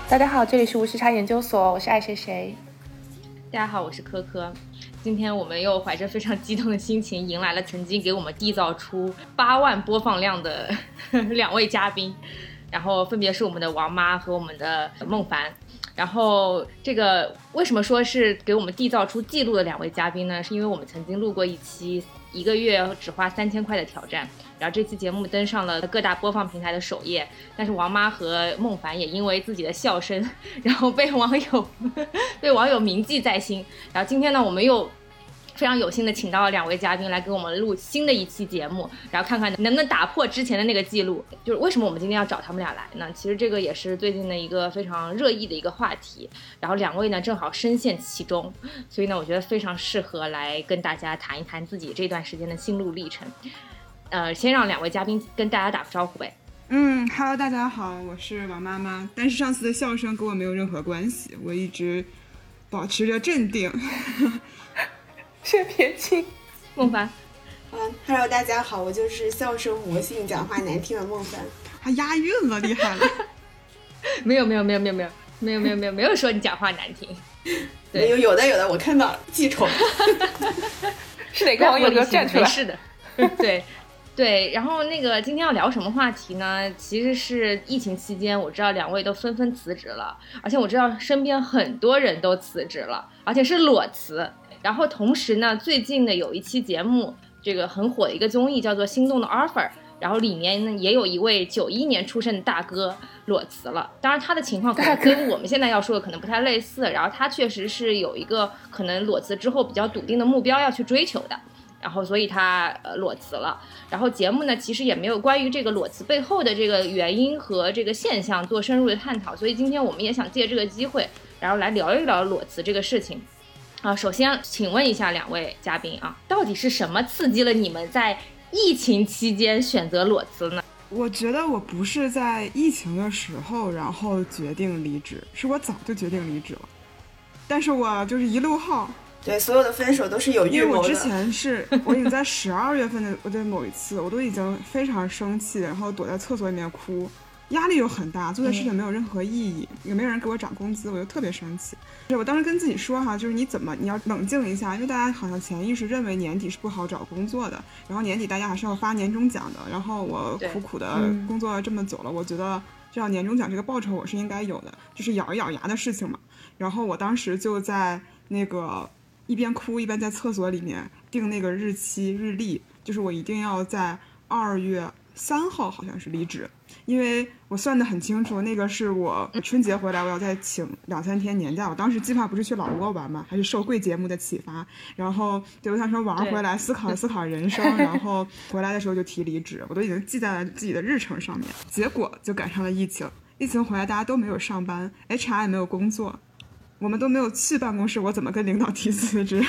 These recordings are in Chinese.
大家好，这里是无时差研究所，我是爱谁谁。 大家好，我是科科。今天我们又怀着非常激动的心情，迎来了曾经给我们缔造出8万播放量的2位嘉宾，然后分别是我们的王妈和我们的孟凡。然后这个为什么说是给我们缔造出记录的2位嘉宾呢？是因为我们曾经录过一期1个月只花3000块的挑战，然后这期节目登上了各大播放平台的首页，但是王妈和孟凡也因为自己的笑声，然后被网友铭记在心。然后今天呢，我们又非常有幸的请到了2位嘉宾来给我们录新的一期节目，然后看看能不能打破之前的那个记录。就是为什么我们今天要找他们俩来呢？其实这个也是最近的一个非常热议的一个话题，然后2位呢正好深陷其中，所以呢我觉得非常适合来跟大家谈一谈自己这段时间的心路历程。先让2位嘉宾跟大家打个招呼呗。 Hello， 大家好，我是王妈妈。但是上次的笑声跟我没有任何关系，我一直保持着镇定。 是偏轻。 孟凡。 Hello， 大家好，我就是笑声魔性、讲话难听的孟凡。 还押韵了，厉害了。 没有说你讲话难听。 对，有的，我看到了，记仇。 是哪个网友给我站出来？ 是的。对，然后那个今天要聊什么话题呢？其实是疫情期间，我知道2位都纷纷辞职了，而且我知道身边很多人都辞职了，而且是裸辞。然后同时呢，最近的有一期节目，这个很火的一个综艺叫做《心动的 offer》，然后里面呢也有一位91年出生的大哥裸辞了。当然他的情况可能跟我们现在要说的可能不太类似，然后他确实是有一个可能裸辞之后比较笃定的目标要去追求的，然后所以他裸辞了。然后节目呢其实也没有关于这个裸辞背后的这个原因和这个现象做深入的探讨，所以今天我们也想借这个机会，然后来聊一聊裸辞这个事情。首先请问一下2位嘉宾啊，到底是什么刺激了你们在疫情期间选择裸辞呢？ 我觉得我不是在疫情的时候然后决定离职，是我早就决定离职了，但是我就是一路耗。 对，所有的分手都是有预谋的。 因为我之前我已经在12月份的某一次，我都已经非常生气，然后躲在厕所里面哭，压力又很大，做的事情没有任何意义，也没有人给我涨工资，我就特别生气。我当时跟自己说哈，就是你要冷静一下，因为大家好像潜意识认为年底是不好找工作的，然后年底大家还是要发年终奖的，然后我苦苦的工作这么久了，我觉得这样年终奖这个报酬我是应该有的，就是咬一咬牙的事情嘛。然后我当时就在那个一边哭一边在厕所里面定那个日历，就是我一定要在2月3号好像是离职，因为我算得很清楚，那个是我春节回来我要再请2-3天年假。我当时计划不是去老挝玩嘛，还是受贵节目的启发，然后就想说玩回来思考人生，然后回来的时候就提离职，我都已经记在了自己的日程上面。结果就赶上了疫情回来大家都没有上班， HR 也没有工作，我们都没有去办公室，我怎么跟领导提辞职？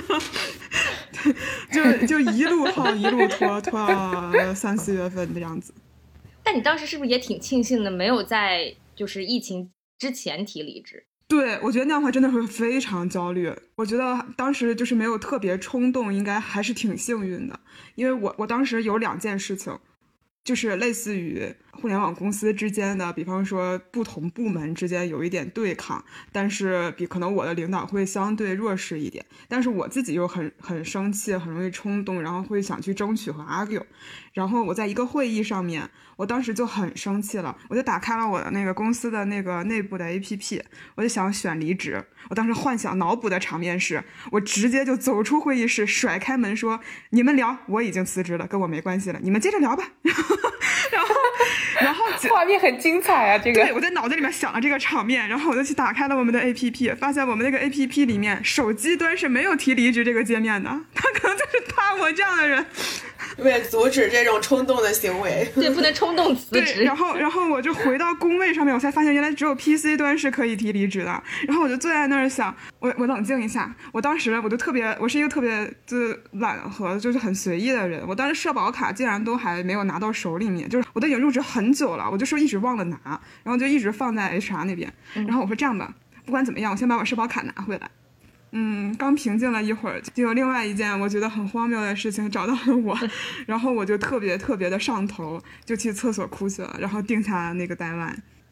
就一路耗一路拖到3-4月份的样子。 但你当时是不是也挺庆幸的，没有在就是疫情之前提离职？ 对，我觉得那样的话真的会非常焦虑。我觉得当时就是没有特别冲动，应该还是挺幸运的。因为我当时有2件事情，就是类似于互联网公司之间的，比方说不同部门之间有一点对抗，但是可能我的领导会相对弱势一点，但是我自己又很生气，很容易冲动，然后会想去争取和 argue。 然后我在一个会议上面，我当时就很生气了，我就打开了我的那个公司的那个内部的 APP， 我就想选离职。我当时脑补的场面是，我直接就走出会议室，甩开门说，你们聊，我已经辞职了，跟我没关系了，你们接着聊吧。然后画面很精彩啊，这个。 对，我在脑子里面想了这个场面，然后我就去打开了我们的 APP， 发现我们那个 APP 里面手机端是没有提离职这个界面的，他可能就是怕我这样的人， 为了阻止这种冲动的行为。 对，不能冲动辞职。 对，然后我就回到工位上面，我才发现原来只有 PC 端是可以提离职的。然后我就坐在那儿想，我冷静一下。我当时我是一个特别懒和就是很随意的人。我当时社保卡竟然都还没有拿到手里面，就是我都已经入职很久了，我就说一直忘了拿，然后就一直放在 HR 那边。然后我说这样吧，不管怎么样，我先把我社保卡拿回来。刚平静了一会儿，就有另外一件我觉得很荒谬的事情找到了我，然后我就特别特别的上头，就去厕所哭去了，然后定下那个 deadline。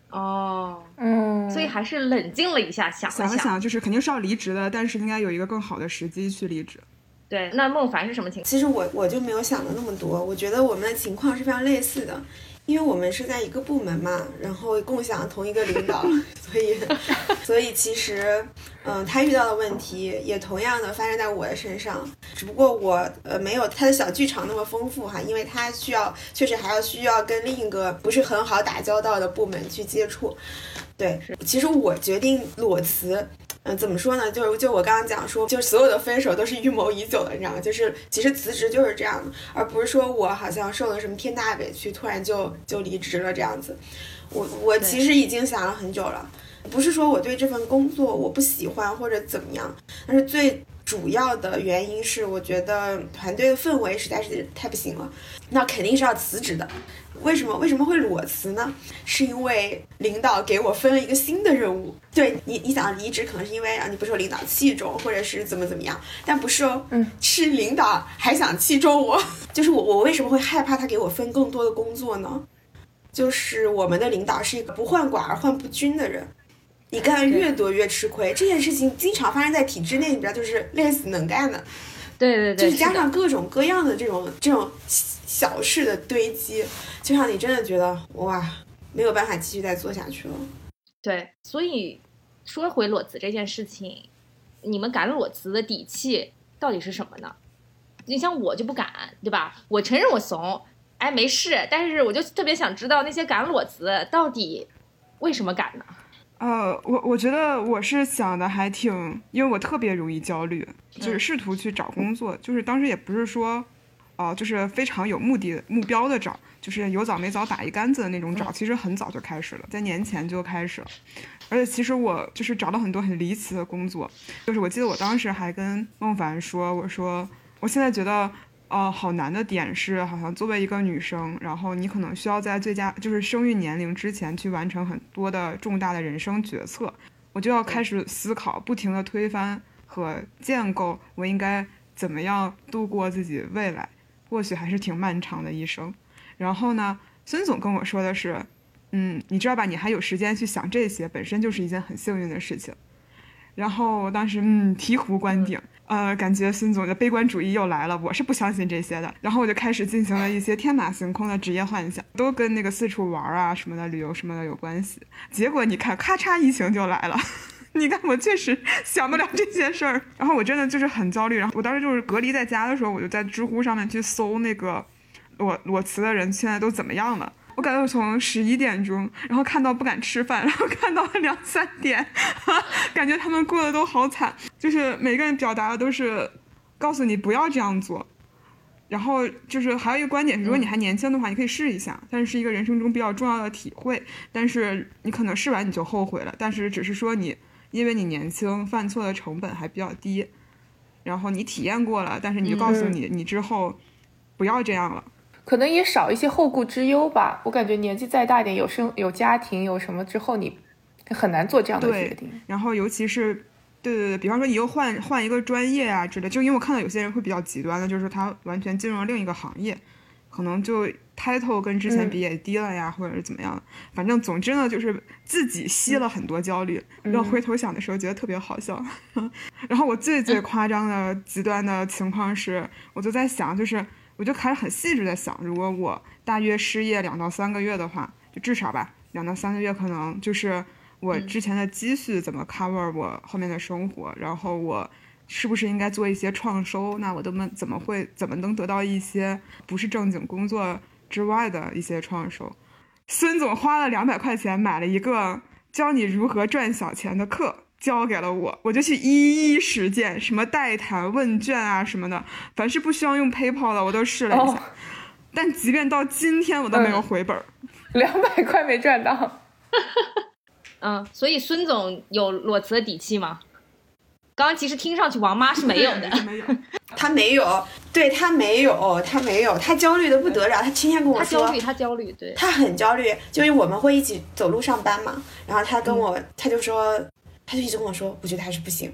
哦， 嗯， 所以还是冷静了一下，想了想，就是肯定是要离职的，但是应该有一个更好的时机去离职。 对，那孟凡是什么情况？ 其实我就没有想的那么多，我觉得我们的情况是非常类似的，因为我们是在一个部门嘛，然后共享同一个领导，所以其实，他遇到的问题也同样的发生在我的身上，只不过我没有他的小剧场那么丰富哈，因为他确实还需要跟另一个不是很好打交道的部门去接触。对，其实我决定裸辞。怎么说呢？就我刚刚讲说，就所有的分手都是预谋已久的，你知道吗？就是其实辞职就是这样的，而不是说我好像受了什么天大委屈，突然就离职了这样子。我其实已经想了很久了，不是说我对这份工作我不喜欢或者怎么样，但是最主要的原因是我觉得团队的氛围实在是太不行了，那肯定是要辞职的。为什么会裸辞呢？是因为领导给我分了一个新的任务。对，你想离职可能是因为你不受领导器重，或者是怎么样，但不是哦，是领导还想器重我。就是我为什么会害怕他给我分更多的工作呢？就是我们的领导是一个不患寡而患不均的人，你干越多越吃亏。这件事情经常发生在体制内，你知道，就是累死能干的。 对， 就是加上各种各样的这种小事的堆积，就让你真的觉得哇，没有办法继续再做下去了。 对，所以说回裸辞这件事情，你们敢裸辞的底气到底是什么呢？你像我就不敢，对吧？我承认我怂，哎，没事，但是我就特别想知道那些敢裸辞到底为什么敢呢？ 我觉得我是想的还挺，因为我特别容易焦虑，就是试图去找工作，就是当时也不是说，就是非常有目标的找，就是有早没早打一竿子的那种找，其实很早就开始了，在年前就开始了，而且其实我就是找了很多很离奇的工作，就是我记得我当时还跟孟凡说，我说我现在觉得。好难的点是，好像作为一个女生，然后你可能需要在就是生育年龄之前去完成很多的重大的人生决策，我就要开始思考，不停的推翻和建构我应该怎么样度过自己未来，或许还是挺漫长的一生。然后呢，孙总跟我说的是，你知道吧，你还有时间去想这些，本身就是一件很幸运的事情。然后我当时醍醐灌顶，感觉孙总的悲观主义又来了，我是不相信这些的。然后我就开始进行了一些天马行空的职业幻想，都跟那个四处玩啊什么的、旅游什么的有关系。结果你看，咔嚓，疫情就来了。你看我确实想不了这些事儿，然后我真的就是很焦虑。然后我当时就是隔离在家的时候，我就在知乎上面去搜那个裸辞的人现在都怎么样了。我感觉我从11点钟，然后看到不敢吃饭，然后看到2、3点，感觉他们过得都好惨。就是每个人表达的都是告诉你不要这样做。然后就是还有一个观点是，如果你还年轻的话，你可以试一下，但是一个人生中比较重要的体会。但是你可能试完你就后悔了，但是只是说因为你年轻，犯错的成本还比较低，然后你体验过了，但是你就告诉你之后不要这样了。 可能也少一些后顾之忧吧。我感觉年纪再大一点，有家庭有什么之后，你很难做这样的决定。 然后尤其是对，比方说你又换一个专业啊之类，就因为我看到有些人会比较极端的，就是他完全进入了另一个行业，可能就 title 跟之前比也低了呀，或者是怎么样。反正总之呢，就是自己吸了很多焦虑，然后回头想的时候觉得特别好笑。然后我最夸张的极端的情况是，我就在想，就是我就开始很细致的想，如果我大约失业2到3个月的话，就至少吧，2到3个月，可能就是我之前的积蓄怎么 cover 我后面的生活，然后我是不是应该做一些创收？那我怎么能得到一些不是正经工作之外的一些创收？孙总花了200块钱买了一个教你如何赚小钱的课，交给了我就去一一实践，什么代谈、问卷啊什么的，凡是不需要用 PayPal 的我都试了一下，但即便到今天我都没有回本 ，200块没赚到。 所以孙总有裸辞的底气吗？刚刚其实听上去王妈是没有的。 没有， 他没有，对，他没有，他焦虑的不得了，他天天跟我说他焦虑，对， 他很焦虑，就是我们会一起走路上班嘛，然后他跟我，他就一直跟我说，我觉得还是不行，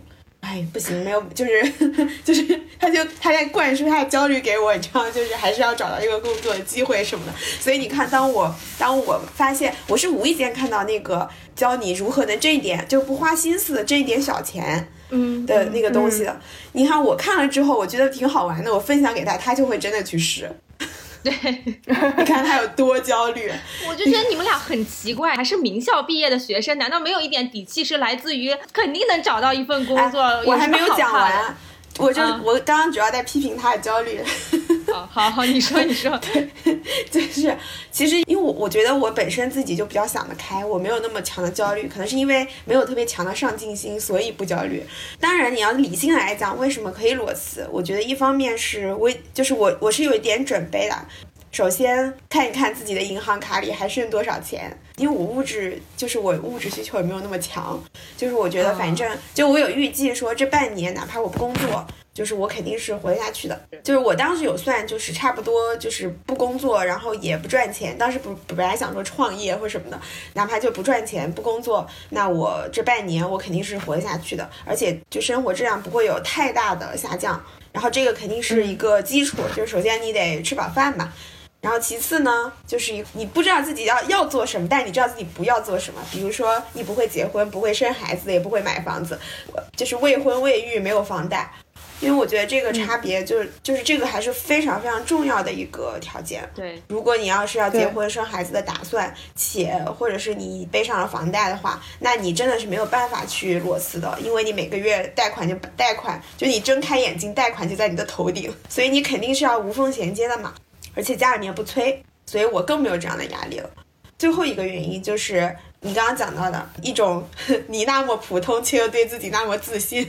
哎，不行，没有，就是他在灌输他的焦虑给我，你知道，就是还是要找到一个工作的机会什么的。所以你看，当我发现我是无意间看到那个教你如何能挣一点就不花心思的挣一点小钱的那个东西的，你看我看了之后，我觉得挺好玩的，我分享给他，他就会真的去试。 对， 你看他有多焦虑。 我就觉得你们俩很奇怪，还是名校毕业的学生，难道没有一点底气是来自于肯定能找到一份工作？ 我还没有讲完，我刚刚主要在批评他的焦虑。 好，你说。 对，就是其实因为我觉得我本身自己就比较想得开，我没有那么强的焦虑，可能是因为没有特别强的上进心，所以不焦虑。当然你要理性来讲，为什么可以裸辞？我觉得一方面是我是有一点准备的。首先看一看自己的银行卡里还剩多少钱，因为我物质需求也没有那么强，就是我觉得反正就我有预计说这半年哪怕我不工作，就是我肯定是活下去的。就是我当时有算，就是差不多就是不工作，然后也不赚钱，当时本来想说创业或什么的，哪怕就不赚钱不工作，那我这半年我肯定是活下去的，而且就生活质量不会有太大的下降。然后这个肯定是一个基础，就是首先你得吃饱饭嘛。然后其次呢，就是你不知道自己要做什么，但你知道自己不要做什么。比如说你不会结婚，不会生孩子，也不会买房子，就是未婚未育，没有房贷。因为我觉得这个差别就是这个还是非常非常重要的一个条件。 对， 如果你要是要结婚生孩子的打算，或者是你背上了房贷的话，那你真的是没有办法去裸辞的，因为你每个月贷款就你睁开眼睛贷款就在你的头顶，所以你肯定是要无缝衔接的嘛。而且家里面不催，所以我更没有这样的压力了。最后一个原因就是你刚刚讲到的一种，你那么普通却又对自己那么自信。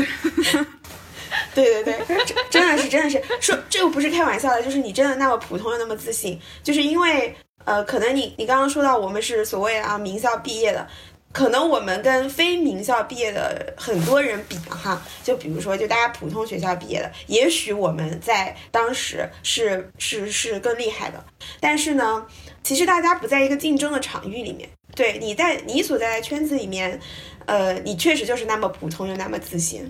对，真的是说这个不是开玩笑的，就是你真的那么普通又那么自信，就是因为可能你刚刚说到我们是所谓名校毕业的。可能我们跟非名校毕业的很多人比哈，就比如说就大家普通学校毕业的，也许我们在当时是更厉害的，但是呢，其实大家不在一个竞争的场域里面。对，你所在的圈子里面，你确实就是那么普通又那么自信。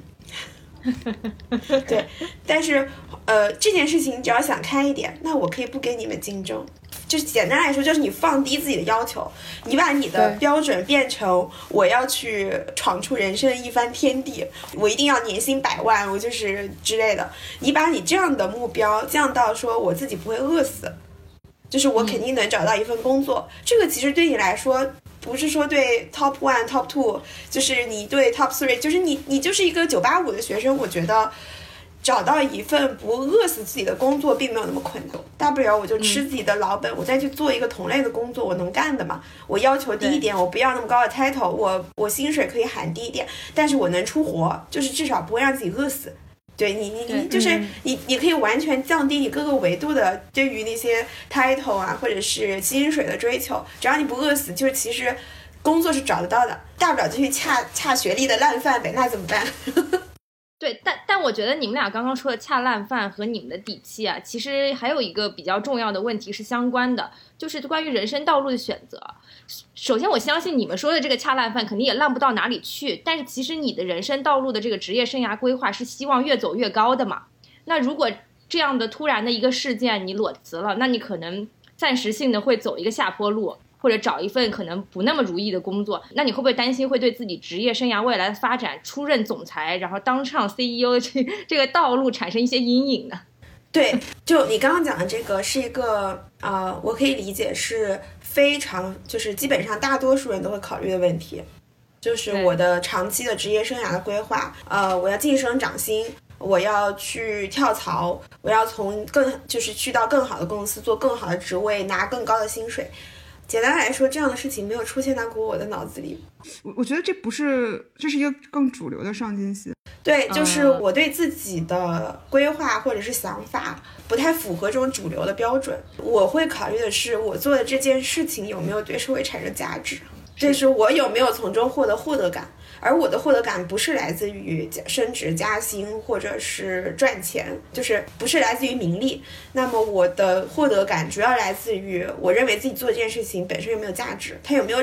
对，但是这件事情只要想开一点，那我可以不跟你们竞争。就是简单来说，就是你放低自己的要求，你把你的标准变成我要去闯出人生一番天地，我一定要年薪100万，我就是之类的。你把你这样的目标降到说我自己不会饿死，就是我肯定能找到一份工作。这个其实对你来说不是说对 top 1 top 2，就是你对 top 3，就是你就是一个985的学生，我觉得找到一份不饿死自己的工作并没有那么困难，大不了我就吃自己的老本，我再去做一个同类的工作，我能干的嘛。我要求低一点，我不要那么高的 title， 我薪水可以喊低一点，但是我能出活，就是至少不会让自己饿死。对你就是你可以完全降低你各个维度的对于那些 title 或者是薪水的追求，只要你不饿死，就是其实工作是找得到的，大不了就去恰学历的烂饭呗，那怎么办？ 对，但我觉得你们俩刚刚说的恰烂饭和你们的底气其实还有一个比较重要的问题是相关的，就是关于人生道路的选择。首先我相信你们说的这个恰烂饭肯定也烂不到哪里去，但是其实你的人生道路的这个职业生涯规划是希望越走越高的嘛。那如果这样的突然的一个事件你裸辞了，那你可能暂时性的会走一个下坡路，或者找一份可能不那么如意的工作，那你会不会担心会对自己职业生涯未来的发展，出任总裁然后当上 CEO 这个道路产生一些阴影呢？ 对，就你刚刚讲的这个是一个我可以理解是非常就是基本上大多数人都会考虑的问题，就是我的长期的职业生涯的规划，我要晋升涨薪，我要去跳槽，我要就是去到更好的公司做更好的职位，拿更高的薪水。简单来说，这样的事情没有出现在过我的脑子里。 我觉得这是一个更主流的上进心。 对，就是我对自己的规划或者是想法不太符合这种主流的标准。我会考虑的是，我做的这件事情有没有对社会产生价值，这是我有没有从中获得感。而我的获得感不是来自于升职加薪或者是赚钱，就是不是来自于名利。那么我的获得感主要来自于我认为自己做这件事情本身有没有价值，它有没有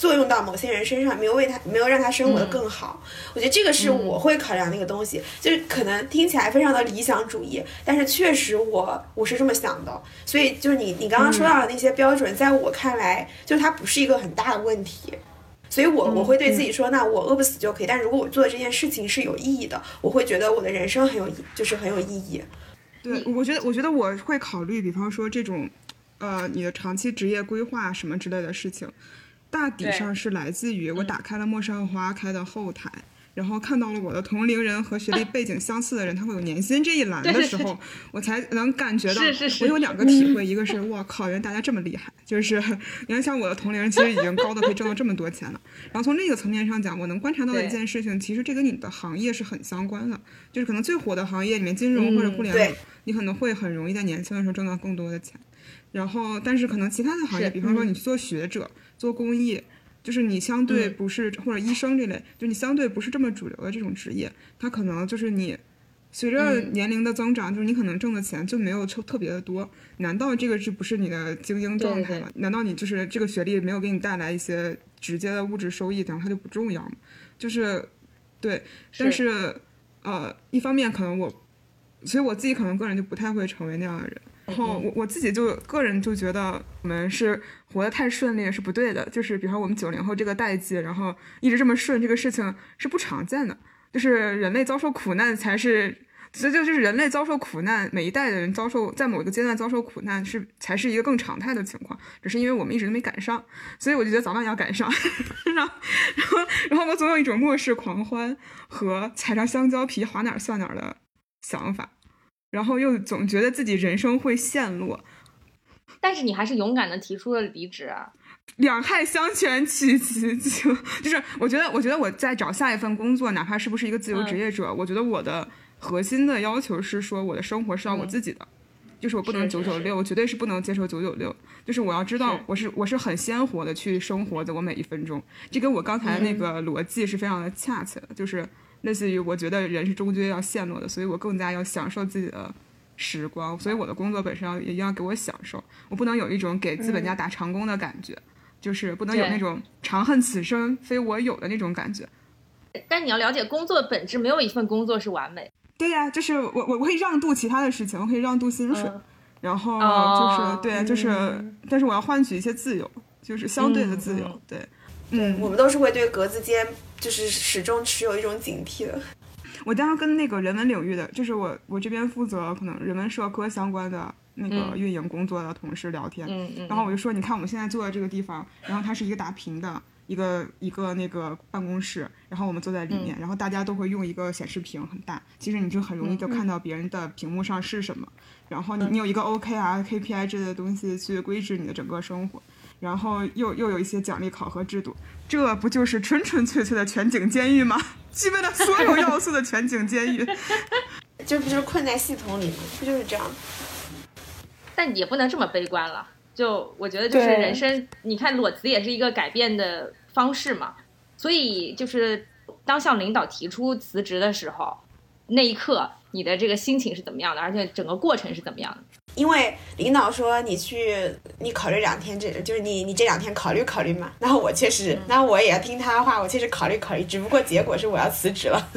作用到某些人身上，没有让他生活的更好。我觉得这个是我会考量的一个东西，就是可能听起来非常的理想主义，但是确实我是这么想的。所以就是你刚刚说到的那些标准，在我看来，就是它不是一个很大的问题。所以我会对自己说，那我饿不死就可以。但如果我做的这件事情是有意义的，我会觉得我的人生很有意义。 对，我觉得我会考虑，比方说这种，你的长期职业规划什么之类的事情，大抵上是来自于我打开了陌上花开的后台。然后看到了我的同龄人和学历背景相似的人，他会有年薪这一栏的时候，我才能感觉到。我有2个体会，一个是哇靠，原来大家这么厉害，就是原来像我的同龄人其实已经高的可以挣到这么多钱了。然后从另一个层面上讲，我能观察到的一件事情，其实这跟你的行业是很相关的，就是可能最火的行业里面，金融或者互联网，你可能会很容易在年轻的时候挣到更多的钱。然后，但是可能其他的行业，比方说你做学者、做公益。就是你相对不是或者医生这类，就你相对不是这么主流的这种职业，它可能就是你随着年龄的增长，就是你可能挣的钱就没有特别的多。难道这个是不是你的精英状态吗？难道你就是这个学历没有给你带来一些直接的物质收益，然后它就不重要吗？就是对，但是一方面可能所以我自己可能个人就不太会成为那样的人。然后我自己就个人就觉得我们是活得太顺利是不对的，就是比方我们90后这个代际，然后一直这么顺，这个事情是不常见的，就是人类遭受苦难才是，所以就是人类遭受苦难，每一代的人在某一个阶段遭受苦难才是一个更常态的情况，只是因为我们一直都没赶上，所以我就觉得早晚要赶上。然后我总有一种末世狂欢和踩上香蕉皮划哪儿算哪儿的想法。然后又总觉得自己人生会陷落， 但是你还是勇敢的提出了离职啊。 两害相权取其轻，就是我觉得我在找下一份工作，哪怕是不是一个自由职业者，我觉得我的核心的要求是说我的生活是要我自己的，就是我不能996，我绝对是不能接受996，就是我要知道我是很鲜活的去生活在我每一分钟，这跟我刚才那个逻辑是非常的恰切的，就是类似于我觉得人是终究要陷落的，所以我更加要享受自己的时光，所以我的工作本身也要给我享受，我不能有一种给资本家打长工的感觉，就是不能有那种长恨此生非我有的那种感觉。 但你要了解工作的本质，没有一份工作是完美。 对呀，就是我可以让渡其他的事情，我可以让渡薪水，然后就是对，就是但是我要换取一些自由，就是相对的自由。对， 我们都是会对格子间就是始终持有一种警惕的。 我经常跟那个人文领域的，就是我这边负责可能人文社科相关的那个运营工作的同事聊天，然后我就说，你看我们现在坐在这个地方，然后它是一个打平的一个那个办公室，然后我们坐在里面，然后大家都会用一个显示屏很大，其实你就很容易就看到别人的屏幕上是什么，然后你有一个 OKR、KPI 之类的东西去规制你的整个生活，然后又有一些奖励考核制度，这不就是纯纯粹粹的全景监狱吗？具备了所有要素的全景监狱。 这不就是困在系统里吗？不就是这样？ 但也不能这么悲观了，就我觉得就是人生，你看裸辞也是一个改变的方式嘛，所以就是当向领导提出辞职的时候，那一刻你的这个心情是怎么样的，而且整个过程是怎么样的？ 因为领导说你考虑2天，就是你这2天考虑考虑嘛，然后我确实，那我也要听他的话，我确实考虑考虑，只不过结果是我要辞职了。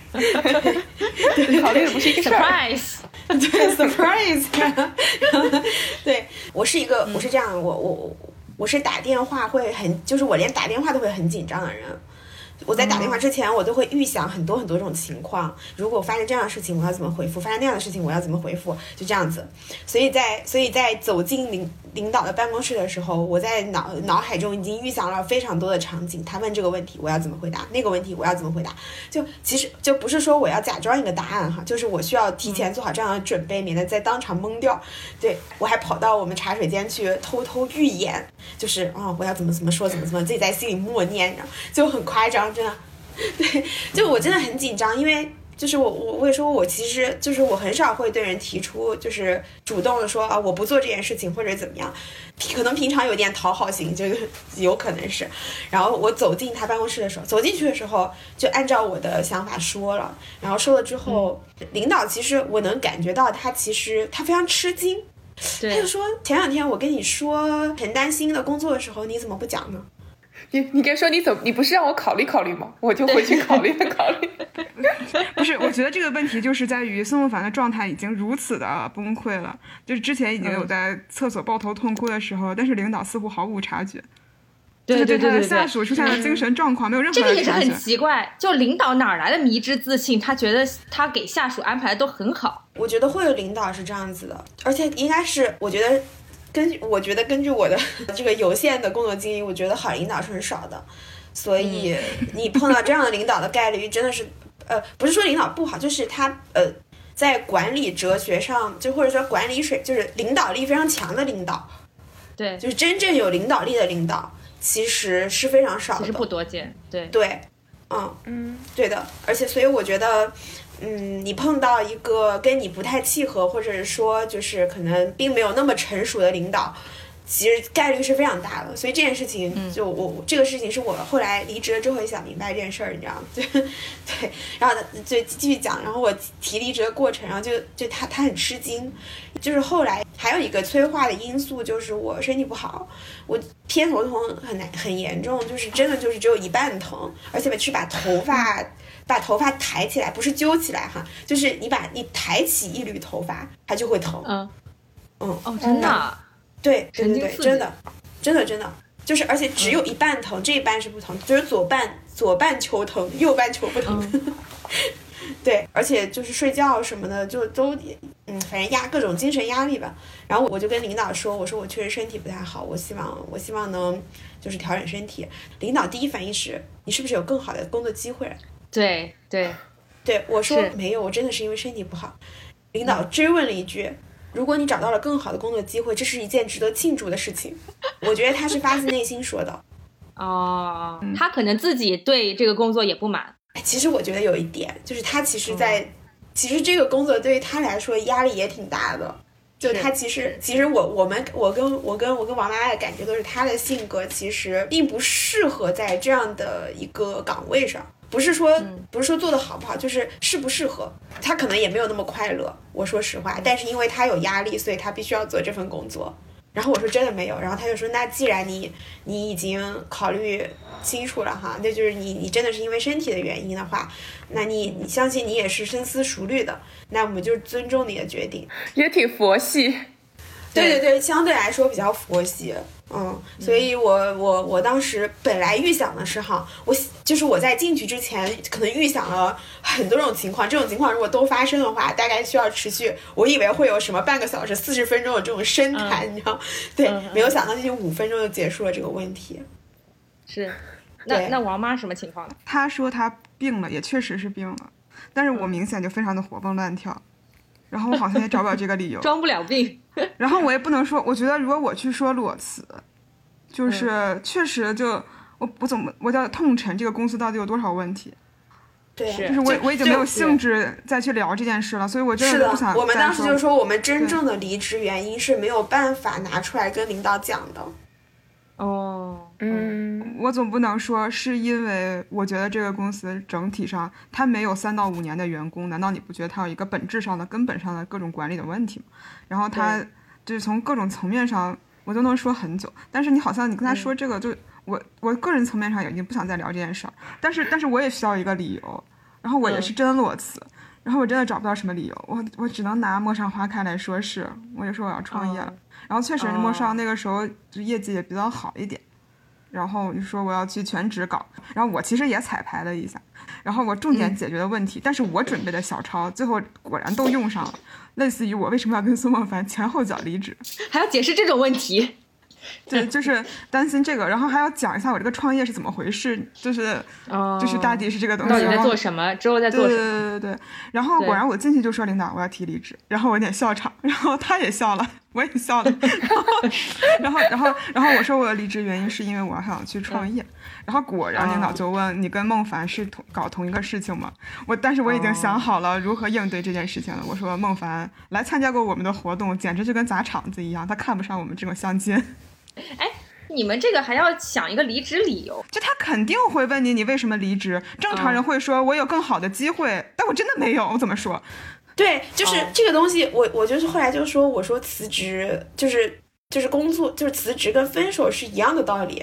考虑的不是一个事儿。 surprise。 对 surprise。 对，我是这样，我是打电话会就是我连打电话都会很紧张的人。我在打电话之前，我都会预想很多很多种情况，如果发生这样的事情我要怎么回复，发生那样的事情我要怎么回复，就这样子。所以在走进领导的办公室的时候，我在脑海中已经预想了非常多的场景，他问这个问题我要怎么回答，那个问题我要怎么回答，就其实就不是说我要假装一个答案哈，就是我需要提前做好这样的准备，免得在当场懵掉。对，我还跑到我们茶水间去偷偷预演，就是我要怎么说，怎么自己在心里默念，就很夸张，真的。对，就我真的很紧张，因为就是我会说，我其实就是我很少会对人提出，就是主动的说我不做这件事情或者怎么样，可能平常有点讨好型，这个有可能是。然后我走进他办公室的时候，走进去的时候就按照我的想法说了，然后说了之后，领导其实我能感觉到他非常吃惊，他就说前2天我跟你说很担心的工作的时候，你怎么不讲呢？ 你该说你不是让我考虑考虑吗？我就回去考虑了考虑。 不是，我觉得这个问题就是在于孙梦凡的状态已经如此的崩溃了，就是之前已经有在厕所抱头痛哭的时候，但是领导似乎毫无察觉。 对对对对对， 就是他的下属出现了精神状况，没有任何这的察觉。 个也是很奇怪，就领导哪来的迷之自信？他觉得他给下属安排的都很好。 我觉得会有领导是这样子的，而且应该是我觉得根据我的这个有限的工作经历，我觉得好领导是很少的，所以你碰到这样的领导的概率真的是，不是说领导不好，就是他在管理哲学上，就或者说管理就是领导力非常强的领导， 对， 就是真正有领导力的领导，其实是非常少的， 其实不多见，对， 对的，而且所以我觉得。你碰到一个跟你不太契合，或者是说就是可能并没有那么成熟的领导，其实概率是非常大的。所以这件事情就这个事情是我后来离职了之后也想明白这件事儿，你知道吗？对，然后就继续讲，然后我提离职的过程，然后就他很吃惊，就是后来还有一个催化的因素就是我身体不好，我偏头痛很严重，就是真的就是只有一半疼，而且是把头发抬起来，不是揪起来哈，就是你抬起一缕头发，它就会疼。 真的啊？ 对，真的，就是而且只有一半疼，这一半是不疼，就是左半球疼，右半球不疼。对，而且就是睡觉什么的就都反正各种精神压力吧。然后我就跟领导说，我说我确实身体不太好，我希望能就是调整身体。领导第一反应是你是不是有更好的工作机会了？ 对， 我说没有，我真的是因为身体不好。领导追问了一句，如果你找到了更好的工作机会，这是一件值得庆祝的事情。我觉得他是发自内心说的。 他可能自己对这个工作也不满。 其实我觉得有一点就是他其实这个工作对于他来说压力也挺大的，就他其实我跟王妈妈的感觉都是他的性格其实并不适合在这样的一个岗位上，不是说做的好不好，就是适不适合，他可能也没有那么快乐，我说实话，但是因为他有压力，所以他必须要做这份工作。然后我说真的没有，然后他就说那既然你已经考虑清楚了哈，那就是你真的是因为身体的原因的话，那你相信你也是深思熟虑的，那我们就尊重你的决定。 也挺佛系。 对，相对来说比较佛系。所以我当时本来预想的是哈，我在进去之前可能预想了很多种情况，这种情况如果都发生的话，大概需要持续，我以为会有什么半个小时、40分钟的这种深谈，你知道？对，没有想到就5分钟就结束了这个问题。 是，那王妈什么情况呢？ 她说她病了，也确实是病了，但是我明显就非常的活蹦乱跳，然后我好像也找不了这个理由， 装不了病。 然后我也不能说，我觉得如果我去说裸辞，就是确实就我叫痛陈这个公司到底有多少问题。 对， 就是我已经没有兴致再去聊这件事了，所以我真的不想。 我们当时就说，我们真正的离职原因是没有办法拿出来跟领导讲的。 我总不能说是因为我觉得这个公司整体上它没有3到5年的员工，难道你不觉得它有一个本质上的根本上的各种管理的问题吗？然后它就是从各种层面上我都能说很久，但是你好像你跟他说这个就我个人层面上已经不想再聊这件事儿，但是我也需要一个理由，然后我也是真裸辞，然后我真的找不到什么理由，我只能拿陌上花开来说事，我就说我要创业了，然后确实陌上那个时候就业绩也比较好一点，然后我就说我要去全职搞，然后我其实也彩排了一下，然后我重点解决的问题，但是我准备的小抄最后果然都用上了，类似于我为什么要跟孙梦凡前后脚离职， 还要解释这种问题。 对，就是担心这个，然后还要讲一下我这个创业是怎么回事，就是大抵是这个东西， 到底在做什么，之后在做什么。对，然后果然我进去就说领导我要提离职，然后我有点笑场，然后他也笑了，我也笑了，然后我说我的离职原因是因为我想去创业，然后果然领导就问你跟孟凡是搞同一个事情吗？但是我已经想好了如何应对这件事情了，我说孟凡来参加过我们的活动，简直就跟砸场子一样，他看不上我们这种相亲。 哎，你们这个还要想一个离职理由？ 就他肯定会问你为什么离职，正常人会说我有更好的机会，但我真的没有，我怎么说？ 对，就是这个东西，我就是后来就说，我说辞职就是工作，就是辞职跟分手是一样的道理，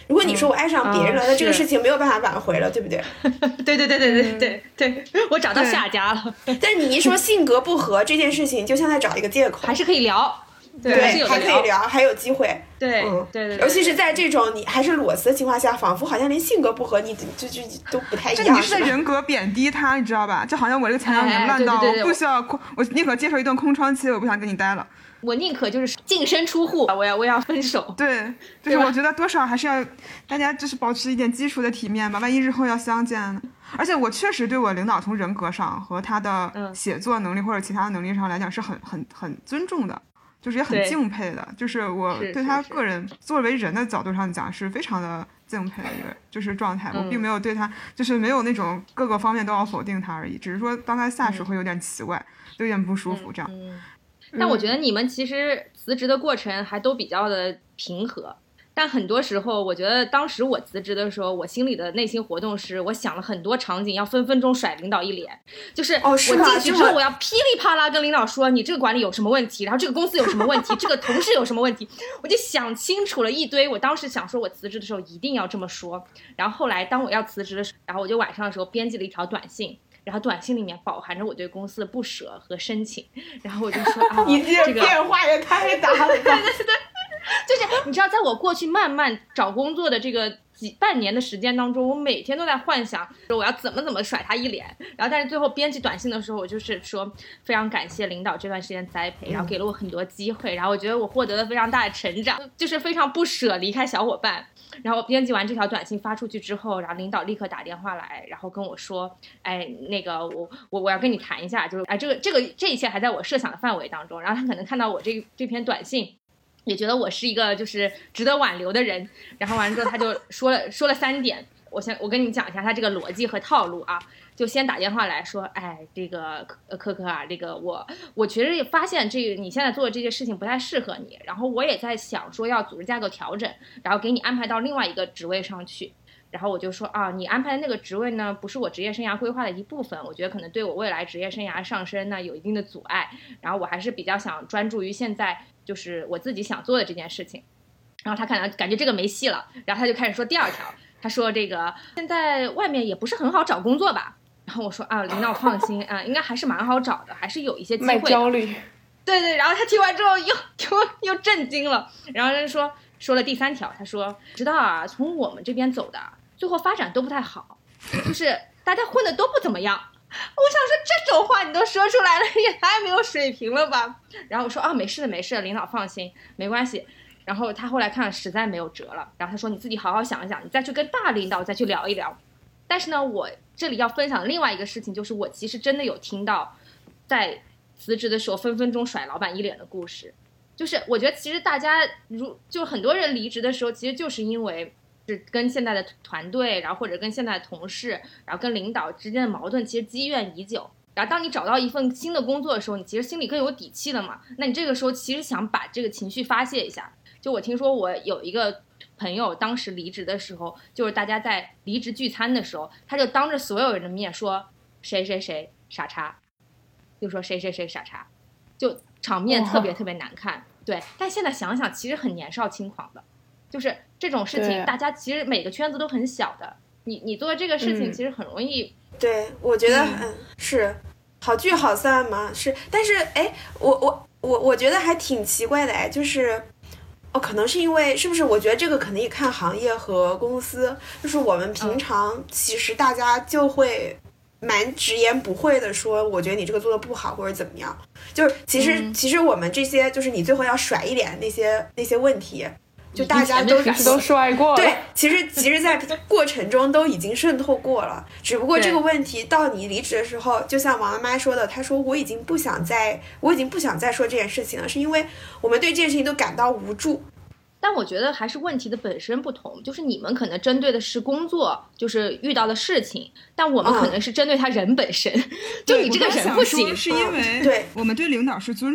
如果你说我爱上别人了，那这个事情没有办法挽回了，对不对？ 对，我找到下家了。 但你一说性格不合这件事情，就像在找一个借口， 还是可以聊。 对，还可以聊，还有机会。 对， 尤其是在这种你还是裸辞的情况下，仿佛好像连性格不合，你就都不太一样。 这你是在人格贬低他，你知道吧？就好像我这个前两年烂到我不需要我宁可接受一顿空窗期，我不想跟你待了。 我宁可就是净身出户，我要分手。 对，就是我觉得多少还是要大家就是保持一点基础的体面吧，万一日后要相见呢。而且我确实对我领导从人格上和他的写作能力或者其他能力上来讲是很尊重的。就是也很敬佩的，就是我对他个人作为人的角度上讲是非常的敬佩的一个就是状态，我并没有对他就是没有那种各个方面都要否定他而已，只是说当他下属会有点奇怪，有点不舒服这样。 但我觉得你们其实辞职的过程还都比较的平和。但很多时候我觉得当时我辞职的时候，我心里的内心活动是我想了很多场景，要分分钟甩领导一脸，就是我进去之后我要噼里啪啦跟领导说你这个管理有什么问题，然后这个公司有什么问题，这个同事有什么问题，我就想清楚了一堆。我当时想说我辞职的时候一定要这么说，然后后来当我要辞职的时候，然后我就晚上的时候编辑了一条短信，然后短信里面饱含着我对公司的不舍和深情，然后我就说啊， 你这变化也太大了。 对，就是你知道，在我过去慢慢找工作的这个半年的时间当中，我每天都在幻想说我要怎么甩他一脸，然后但是最后编辑短信的时候，我就是说非常感谢领导这段时间栽培，然后给了我很多机会，然后我觉得我获得了非常大的成长，就是非常不舍离开小伙伴。然后编辑完这条短信发出去之后，然后领导立刻打电话来，然后跟我说，哎，那个我要跟你谈一下，就是哎这一切还在我设想的范围当中。然后他可能看到我这篇短信，也觉得我是一个就是值得挽留的人，然后完了之后他就说了3点，我跟你讲一下他这个逻辑和套路啊。就先打电话来说，哎，这个科科啊，这个我其实也发现这个你现在做的这些事情不太适合你，然后我也在想说要组织架构调整，然后给你安排到另外一个职位上去。然后我就说啊，你安排的那个职位呢，不是我职业生涯规划的一部分，我觉得可能对我未来职业生涯上升呢有一定的阻碍，然后我还是比较想专注于现在就是我自己想做的这件事情。然后他感觉这个没戏了，然后他就开始说第二条，他说这个现在外面也不是很好找工作吧。然后我说啊，领导放心啊，应该还是蛮好找的，还是有一些机会的。 卖焦虑。 对，然后他听完之后又震惊了，然后他说了第3条，他说知道啊，从我们这边走的最后发展都不太好，就是大家混的都不怎么样。我想说这种话你都说出来了，也太没有水平了吧。然后我说啊，没事的，领导放心，没关系。然后他后来看了实在没有辙了，然后他说你自己好好想一想，你再去跟大领导再去聊一聊。但是呢，我这里要分享另外一个事情，就是我其实真的有听到在辞职的时候分分钟甩老板一脸的故事。就是我觉得其实大家就很多人离职的时候，其实就是因为是跟现在的团队，然后或者跟现在的同事，然后跟领导之间的矛盾其实积怨已久。然后当你找到一份新的工作的时候，你其实心里更有底气了嘛，那你这个时候其实想把这个情绪发泄一下。就我听说我有一个朋友当时离职的时候，就是大家在离职聚餐的时候，他就当着所有人的面说谁谁谁傻叉，就说谁谁谁傻叉，就场面特别特别难看。对，但现在想想其实很年少轻狂的，就是这种事情大家其实每个圈子都很小的，你做这个事情其实很容易。 对，我觉得是好聚好散嘛，是。但是哎，我觉得还挺奇怪的哎，就是可能是因为是不是？我觉得这个可能也看行业和公司。就是我们平常其实大家就会蛮直言不讳的说，我觉得你这个做的不好或者怎么样。就是其实我们这些就是你最后要甩一脸那些问题，就大家都摔过了。 对，其实在过程中都已经渗透过了，只不过这个问题到你离职的时候，就像王妈妈说的，她说我已经不想再说这件事情了，是因为我们对这件事情都感到无助。 但我觉得还是问题的本身不同，就是你们可能针对的是工作，就是遇到的事情，但我们可能是针对他人本身。就你这个人不行， 是因为我们对领导是尊重的。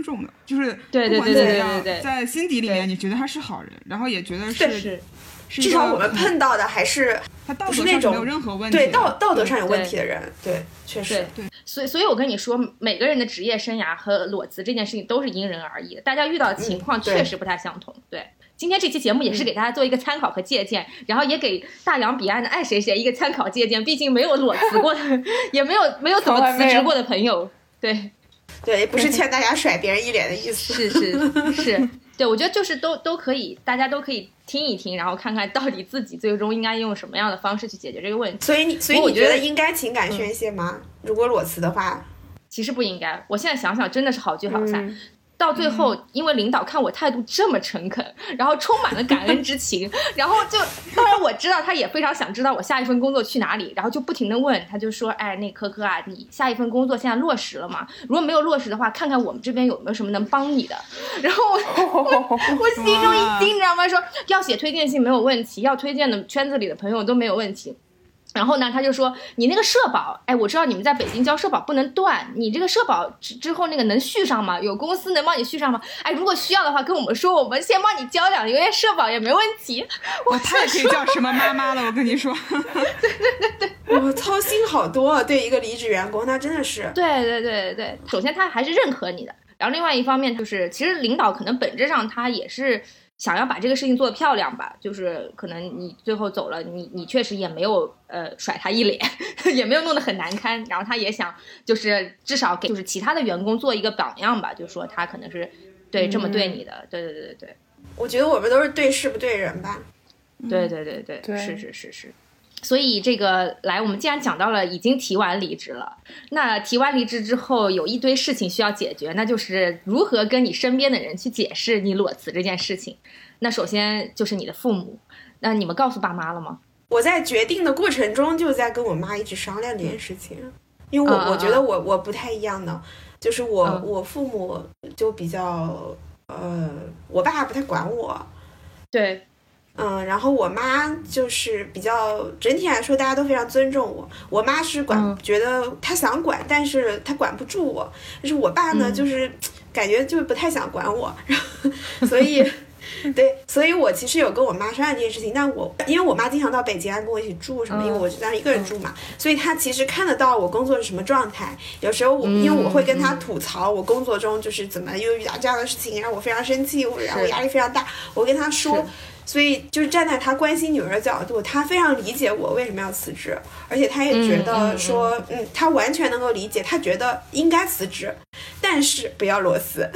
就是对不管怎么样， 对对对对对在心底里面你觉得他是好人，然后也觉得是至少我们碰到的还是他道德上没有任何问题， 对道德上有问题的人，对，确实对。所以我跟你说，每个人的职业生涯和裸辞这件事情都是因人而异的，大家遇到的情况确实不太相同。对，今天这期节目也是给大家做一个参考和借鉴，然后也给大洋彼岸的爱谁谁一个参考借鉴，毕竟没有裸辞过的，也没有怎么辞职过的朋友， 对，不是劝大家甩别人一脸的意思， 是，对，我觉得就是都可以，大家都可以听一听，然后看看到底自己最终应该用什么样的方式去解决这个问题。 所以你觉得应该情感宣泄吗？如果裸辞的话， 其实不应该。我现在想想，真的是好聚好散。到最后，因为领导看我态度这么诚恳，然后充满了感恩之情，然后当然我知道他也非常想知道我下一份工作去哪里，然后就不停的问，他就说，哎，那科科啊，你下一份工作现在落实了吗？如果没有落实的话，看看我们这边有没有什么能帮你的。然后我心中一惊，你知道吗？说要写推荐信没有问题，要推荐的圈子里的朋友都没有问题。然后呢，他就说你那个社保，哎，我知道你们在北京交社保不能断，你这个社保之后那个能续上吗？有公司能帮你续上吗？哎，如果需要的话跟我们说，我们先帮你交2个月社保也没问题。 我太可以叫什么妈妈了，我跟你说。 对， 我操心好多，对一个离职员工，那真的是。 对，首先他还是认可你的，然后另外一方面就是，其实领导可能本质上他也是想要把这个事情做得漂亮吧，就是可能你最后走了，你确实也没有甩他一脸，也没有弄得很难堪，然后他也想就是至少给就是其他的员工做一个榜样吧，就是说他可能是这么对你的，对。 我觉得我们都是对事不对人吧。 对，是。所以这个来，我们既然讲到了已经提完离职了，那提完离职之后有一堆事情需要解决，那就是如何跟你身边的人去解释你裸辞这件事情。那首先就是你的父母，那你们告诉爸妈了吗？ 我在决定的过程中就在跟我妈一直商量这件事情，因为我觉得我不太一样的，就是我父母就比较我爸不太管我， 对。 然后我妈就是比较整体来说大家都非常尊重我，我妈是觉得她想管，但是她管不住我，但是我爸呢就是感觉就不太想管我，然后所以我其实有跟我妈商量这件事情，但因为我妈经常到北京跟我一起住什么，因为我当时一个人住嘛，所以她其实看得到我工作是什么状态，有时候因为我会跟她吐槽我工作中就是怎么又遇到这样的事情让我非常生气，让我压力非常大，我跟她说，所以就是站在他关心女儿的角度，他非常理解我为什么要辞职，而且他也觉得说，他完全能够理解，他觉得应该辞职，但是不要裸辞。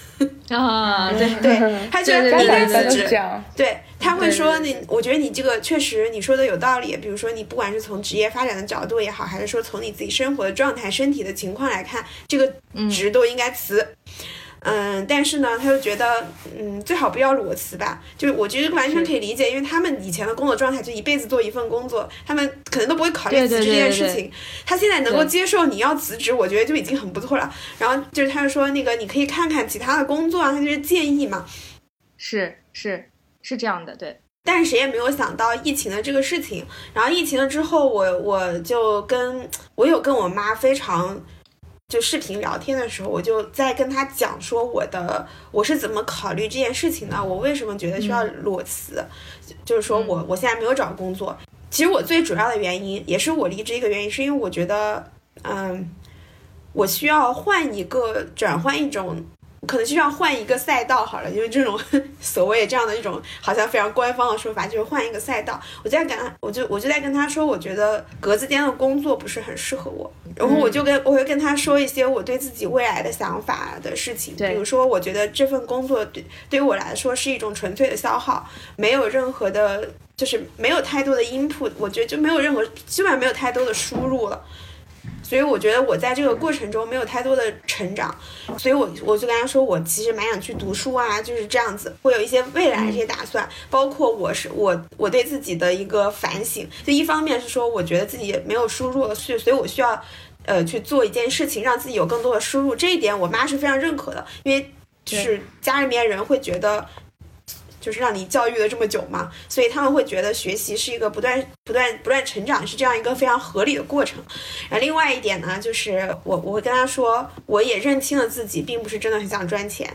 对，他觉得应该辞职。对，他会说我觉得你这个确实你说的有道理，比如说你不管是从职业发展的角度也好，还是说从你自己生活的状态、身体的情况来看，这个职都应该辞。但是呢，他就觉得，最好不要裸辞吧。就是我觉得完全可以理解，因为他们以前的工作状态就一辈子做一份工作，他们可能都不会考虑辞职这件事情。他现在能够接受你要辞职，我觉得就已经很不错了。然后就是他就说那个你可以看看其他的工作啊，他就是建议嘛。是这样的，对。 但是谁也没有想到疫情的这个事情。然后疫情了之后，我有跟我妈非常。就视频聊天的时候，我就在跟他讲说我是怎么考虑这件事情的，我为什么觉得需要裸辞，就是说我现在没有找工作。其实我最主要的原因，也是我离职一个原因，是因为我觉得我需要转换一种，可能需要换一个赛道好了，因为这种所谓这样的一种好像非常官方的说法，就是换一个赛道。我就在跟他说，我觉得格子间的工作不是很适合我，然后我会跟他说一些我对自己未来的想法的事情，比如说我觉得这份工作对于我来说是一种纯粹的消耗，没有任何的，就是没有太多的 input， 我觉得就没有任何，基本上没有太多的输入了。所以我觉得我在这个过程中没有太多的成长，所以我就跟他说，我其实蛮想去读书啊，就是这样子，会有一些未来这些打算，包括我对自己的一个反省。就一方面是说，我觉得自己没有输入了，所以我需要去做一件事情，让自己有更多的输入。这一点我妈是非常认可的，因为就是家里面人会觉得， 就是让你教育了这么久嘛，所以他们会觉得学习是一个不断成长，是这样一个非常合理的过程。然后另外一点呢，就是我会跟他说，我也认清了自己并不是真的很想赚钱。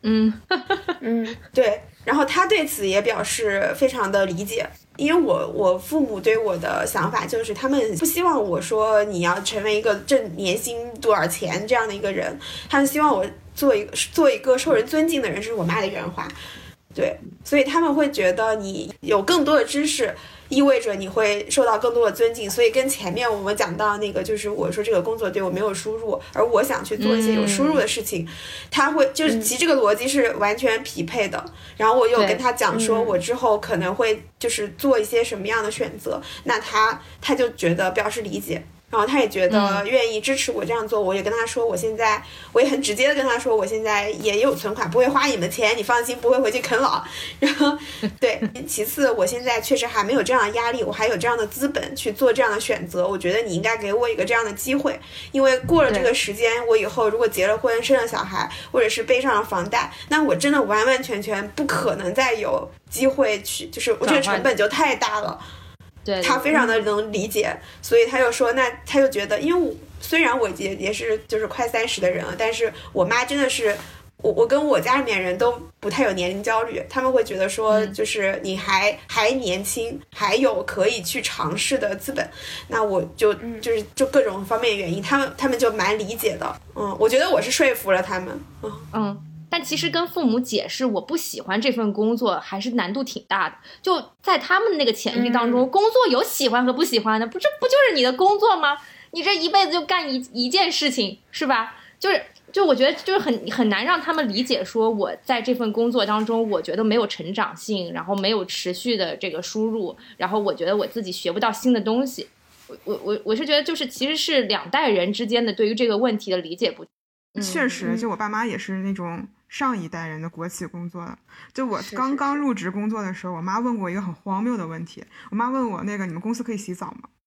对，然后他对此也表示非常的理解。因为我父母对我的想法就是，他们不希望我说你要成为一个挣年薪多少钱这样的一个人，他们希望我做一个受人尊敬的人，这是我妈的原话。对，所以他们会觉得你有更多的知识，意味着你会受到更多的尊敬。所以跟前面我们讲到那个，就是我说这个工作对我没有输入，而我想去做一些有输入的事情，他会就是其实这个逻辑是完全匹配的。然后我有跟他讲说，我之后可能会就是做一些什么样的选择，那他就觉得表示理解。然后他也觉得愿意支持我这样做，我也跟他说，我也很直接的跟他说，我现在也有存款，不会花你们的钱，你放心，不会回去啃老。然后对，其次我现在确实还没有这样的压力，我还有这样的资本去做这样的选择，我觉得你应该给我一个这样的机会，因为过了这个时间，我以后如果结了婚生了小孩，或者是背上了房贷，那我真的完完全全不可能再有机会去，就是我这个成本就太大了。 对， 他非常的能理解，所以他就说，那他就觉得，因为虽然我也是就是快30的人了，但是我妈真的是我跟我家里面人都不太有年龄焦虑，他们会觉得说，就是你还年轻，还有可以去尝试的资本，那我就各种方面原因，他们就蛮理解的。我觉得我是说服了他们。 但其实跟父母解释我不喜欢这份工作还是难度挺大的，就在他们那个潜意识当中，工作有喜欢和不喜欢的，这不就是你的工作吗？你这一辈子就干一件事情，是吧？就我觉得就是很难让他们理解，说我在这份工作当中，我觉得没有成长性，然后没有持续的这个输入，然后我觉得我自己学不到新的东西。我是觉得就是其实是两代人之间的对于这个问题的理解不。 确实，就我爸妈也是那种上一代人的国企工作的。就我刚刚入职工作的时候，我妈问过我一个很荒谬的问题。我妈问我那个，你们公司可以洗澡吗？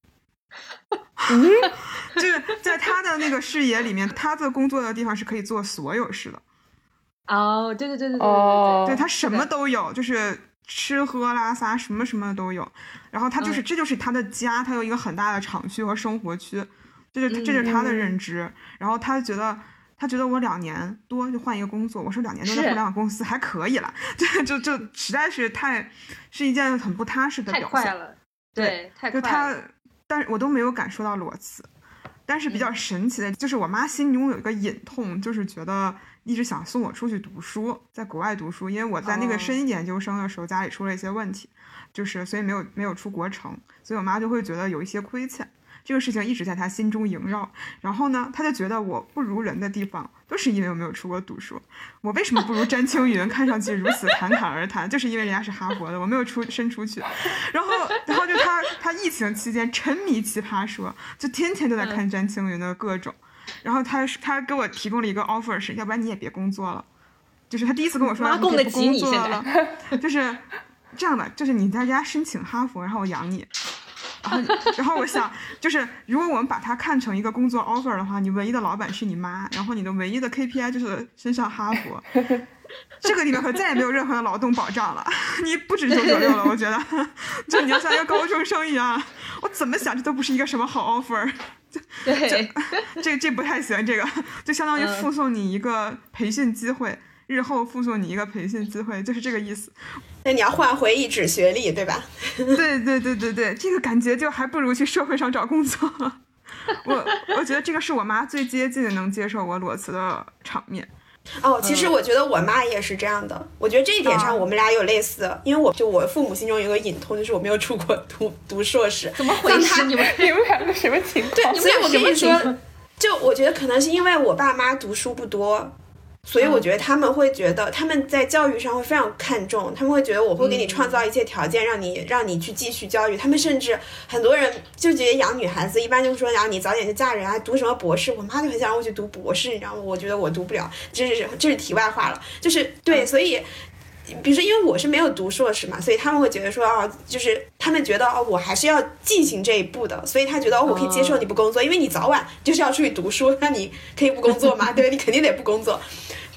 就是在她的那个视野里面，她的工作的地方是可以做所有事的。 对， 对，她什么都有，就是吃喝拉撒什么都有。然后她就是这就是她的家，她有一个很大的厂区和生活区，这就是她的认知。然后她觉得我2年多就换一个工作，我说2年多在互联网公司还可以了，就实在是是一件很不踏实的表现。 太快了，对，太快了。 但是我都没有感受到裸辞。但是比较神奇的就是我妈心中有一个隐痛，就是觉得一直想送我出去读书，在国外读书，因为我在那个深研究生的时候家里出了一些问题，就是所以没有出国成，所以我妈就会觉得有一些亏欠。这个事情一直在他心中萦绕，然后呢，他就觉得我不如人的地方都是因为我没有出国读书。我为什么不如詹青云看上去如此侃侃而谈，就是因为人家是哈佛的，我没有伸出去。然后就他疫情期间沉迷奇葩说，就天天都在看詹青云的各种。然后他给我提供了一个 offer， 是要不然你也别工作了。就是他第一次跟我说妈供得起你现在，就是这样的，就是你在家申请哈佛，然后我养你。然后我想，就是如果我们把它看成一个工作 offer 的话，你唯一的老板是你妈，然后你的唯一的 KPI 就是升上哈佛，这个里面可再也没有任何的劳动保障了，你不止996了，我觉得，就你要像一个高中生一样，我怎么想这都不是一个什么好 offer。 对， 这不太行，这个就相当于附送你一个培训机会。日后附送你一个培训机会，就是这个意思。 那你要换回一纸学历，对吧？ 对，这个感觉就还不如去社会上找工作。我觉得这个是我妈最接近能接受我裸辞的场面。 其实我觉得我妈也是这样的。我觉得这一点上我们俩有类似，因为我父母心中有个隐痛，就是我没有出国读硕士。 怎么回事？你们两个什么情况？ 对，所以我跟你说，就我觉得可能是因为我爸妈读书不多。所以我觉得他们会觉得他们在教育上会非常看重，他们会觉得我会给你创造一切条件让你去继续教育。他们甚至很多人就觉得养女孩子一般就说你早点就嫁人啊，读什么博士。我妈就很想让我去读博士，你知道吗？我觉得我读不了，这是题外话了。就是对，所以比如说因为我是没有读硕士嘛，所以他们会觉得说就是他们觉得我还是要进行这一步的，所以他觉得我可以接受你不工作，因为你早晚就是要出去读书，那你可以不工作吗？对吧？你肯定得不工作。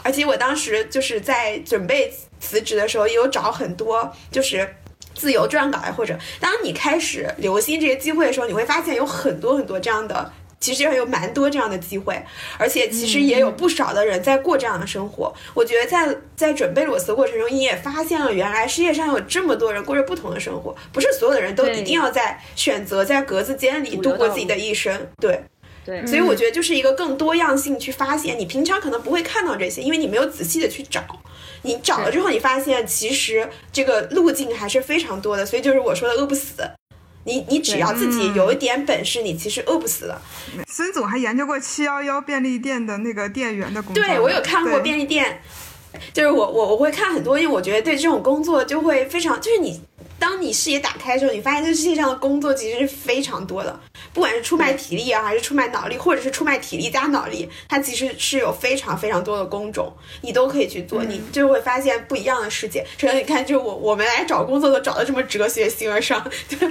而且我当时就是在准备辞职的时候，也有找很多就是自由撰稿或者当你开始留心这些机会的时候，你会发现有很多很多这样的，其实有蛮多这样的机会，而且其实也有不少的人在过这样的生活。我觉得在准备裸辞的过程中，你也发现了原来世界上有这么多人过着不同的生活，不是所有的人都一定要在选择在格子间里度过自己的一生。对，所以我觉得就是一个更多样性去发现，你平常可能不会看到这些，因为你没有仔细的去找，你找了之后你发现其实这个路径还是非常多的，所以就是我说的饿不死，你只要自己有一点本事，你其实饿不死的。 孙总还研究过711便利店的那个店员的工作。 对，我有看过便利店，就是我会看很多，因为我觉得对这种工作就会非常，就是当你视野打开的时候，你发现这世界上的工作其实是非常多的，不管是出卖体力啊，还是出卖脑力，或者是出卖体力加脑力，它其实是有非常非常多的工种，你都可以去做，你就会发现不一样的世界。首先你看，就我们来找工作都找得这么哲学形而上。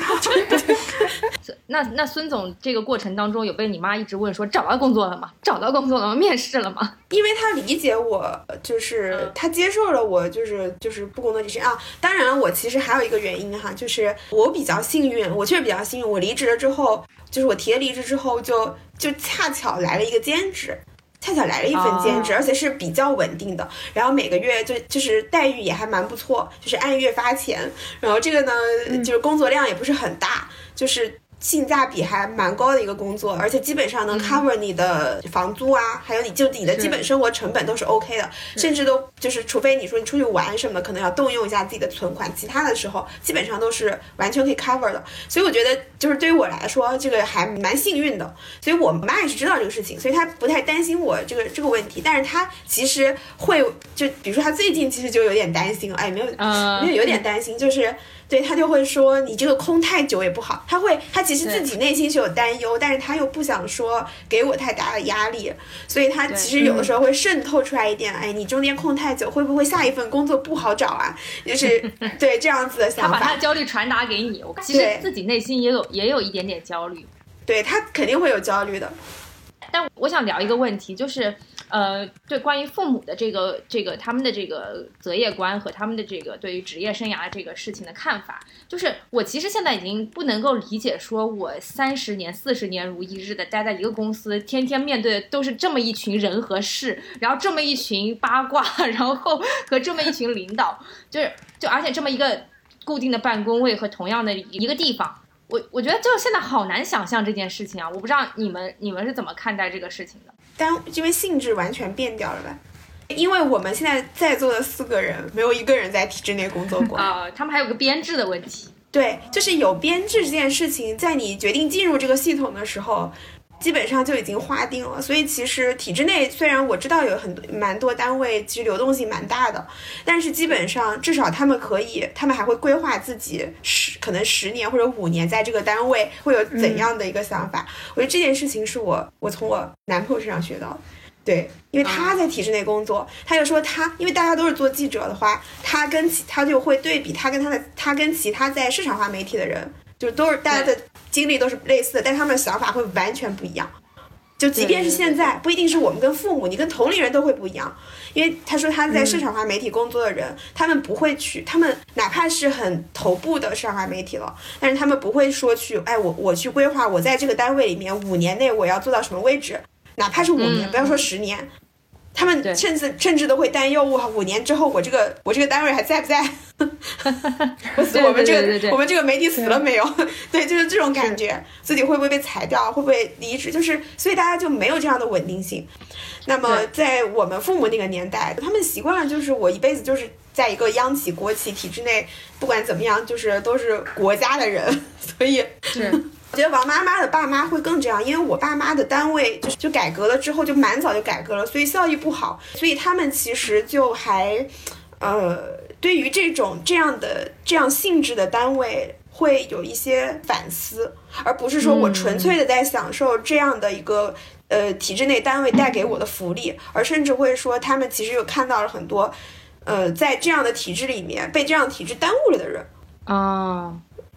那孙总这个过程当中有被你妈一直问说找到工作了吗？找到工作了吗？面试了吗？ 因为他理解我，就是他接受了我，就是不工作这些啊。当然我其实还有一个原因哈，就是我比较幸运，我确实比较幸运，我离职了之后，就是我提了离职之后就恰巧来了一个兼职。恰巧来了一份兼职，而且是比较稳定的，然后每个月就是待遇也还蛮不错，就是按月发钱，然后这个呢就是工作量也不是很大，就是性价比还蛮高的一个工作，而且基本上能 cover 你的房租啊，还有你的基本生活成本都是 OK 的，甚至都就是除非你说你出去玩什么的，可能要动用一下自己的存款，其他的时候基本上都是完全可以 cover 的。所以我觉得就是对于我来说，这个还蛮幸运的。所以我妈也是知道这个事情，所以她不太担心我这个问题，但是她其实会就比如说她最近其实就有点担心，没有点担心，就是对他就会说你这个空太久也不好，他其实自己内心是有担忧，但是他又不想说给我太大的压力，所以他其实有的时候会渗透出来一点，你中间空太久会不会下一份工作不好找啊，就是对这样子的想法。 他把他的焦虑传达给你，我其实自己内心也有一点点焦虑。 对，他肯定会有焦虑的。 但我想聊一个问题，就是对关于父母的这个他们的这个择业观和他们的这个对于职业生涯这个事情的看法，就是我其实现在已经不能够理解，说我30年40年如一日的待在一个公司，天天面对的都是这么一群人和事，然后这么一群八卦，然后和这么一群领导，就而且这么一个固定的办公位和同样的一个地方。我觉得就现在好难想象这件事情啊！我不知道你们是怎么看待这个事情的？ 但因为性质完全变掉了吧？因为我们现在在座的4个人，没有一个人在体制内工作过他们还有个编制的问题。 对，就是有编制这件事情，在你决定进入这个系统的时候，基本上就已经划定了。所以其实体制内虽然我知道有蛮多单位其实流动性蛮大的，但是基本上至少他们还会规划自己可能10年或者5年在这个单位会有怎样的一个想法。我觉得这件事情是我从我男朋友身上学到的。对，因为他在体制内工作，他就说因为大家都是做记者的话，他就会对比他跟其他在市场化媒体的人，就都是大家的经历都是类似的，但他们的想法会完全不一样。就即便是现在，不一定是我们跟父母，你跟同龄人都会不一样。因为他说他在市场化媒体工作的人，他们不会他们哪怕是很头部的市场化媒体了，但是他们不会说我去规划我在这个单位里面5年内我要做到什么位置，哪怕是5年，不要说10年。他们甚至都会担忧5年之后我这个单位还在不在？我们这个媒体死了没有？对，就是这种感觉，自己会不会被裁掉，会不会离职？就是所以大家就没有这样的稳定性。那么在我们父母那个年代，他们习惯了，就是我一辈子就是在一个央企国企体制内，不管怎么样，就是都是国家的人，所以是。我觉得王妈妈的爸妈会更这样，因为我爸妈的单位就改革了之后就蛮早就改革了，所以效益不好，所以他们其实就还对于这样性质的单位会有一些反思，而不是说我纯粹的在享受这样的一个体制内单位带给我的福利，而甚至会说他们其实有看到了很多在这样的体制里面被这样的体制耽误了的人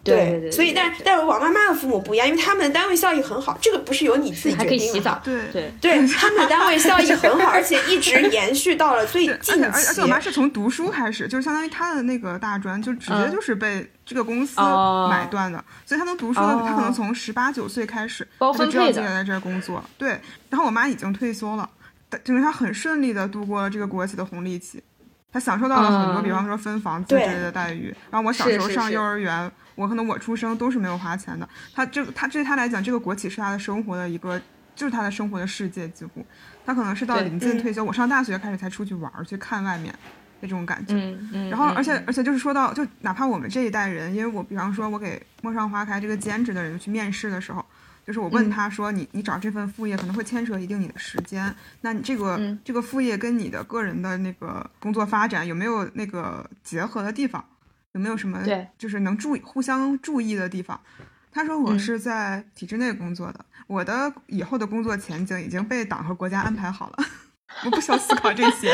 对， 所以但是我妈妈的父母不一样，因为他们的单位效益很好，这个不是由你自己决定的， 还可以洗澡， 对，他们的单位效益很好，而且一直延续到了最近期。 而且我妈是从读书开始，就是相当于她的那个大专就直接就是被这个公司买断的，所以她能读书的，她可能从18、19岁开始， 包分配的， 就知道自己在这儿工作。对，然后我妈已经退休了，就是她很顺利的度过了这个国企的红利期。他享受到了很多，比方说分房子之类的待遇。然后我小时候上幼儿园，我可能我出生都是没有花钱的。他对他来讲，这个国企是他的生活的一个，就是他的生活的世界几乎。他可能是到临近退休，我上大学开始才出去玩去看外面那种感觉。然后而且就是说到，就哪怕我们这一代人，因为我比方说我给陌上花开这个兼职的人去面试的时候。就是我问他说你找这份副业可能会牵扯一定你的时间，那你这个副业跟你的个人的那个工作发展有没有那个结合的地方，有没有什么就是能互相注意的地方。他说我是在体制内工作的，我的以后的工作前景已经被党和国家安排好了，我不需要思考这些。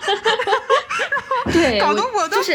对， 搞得我都就是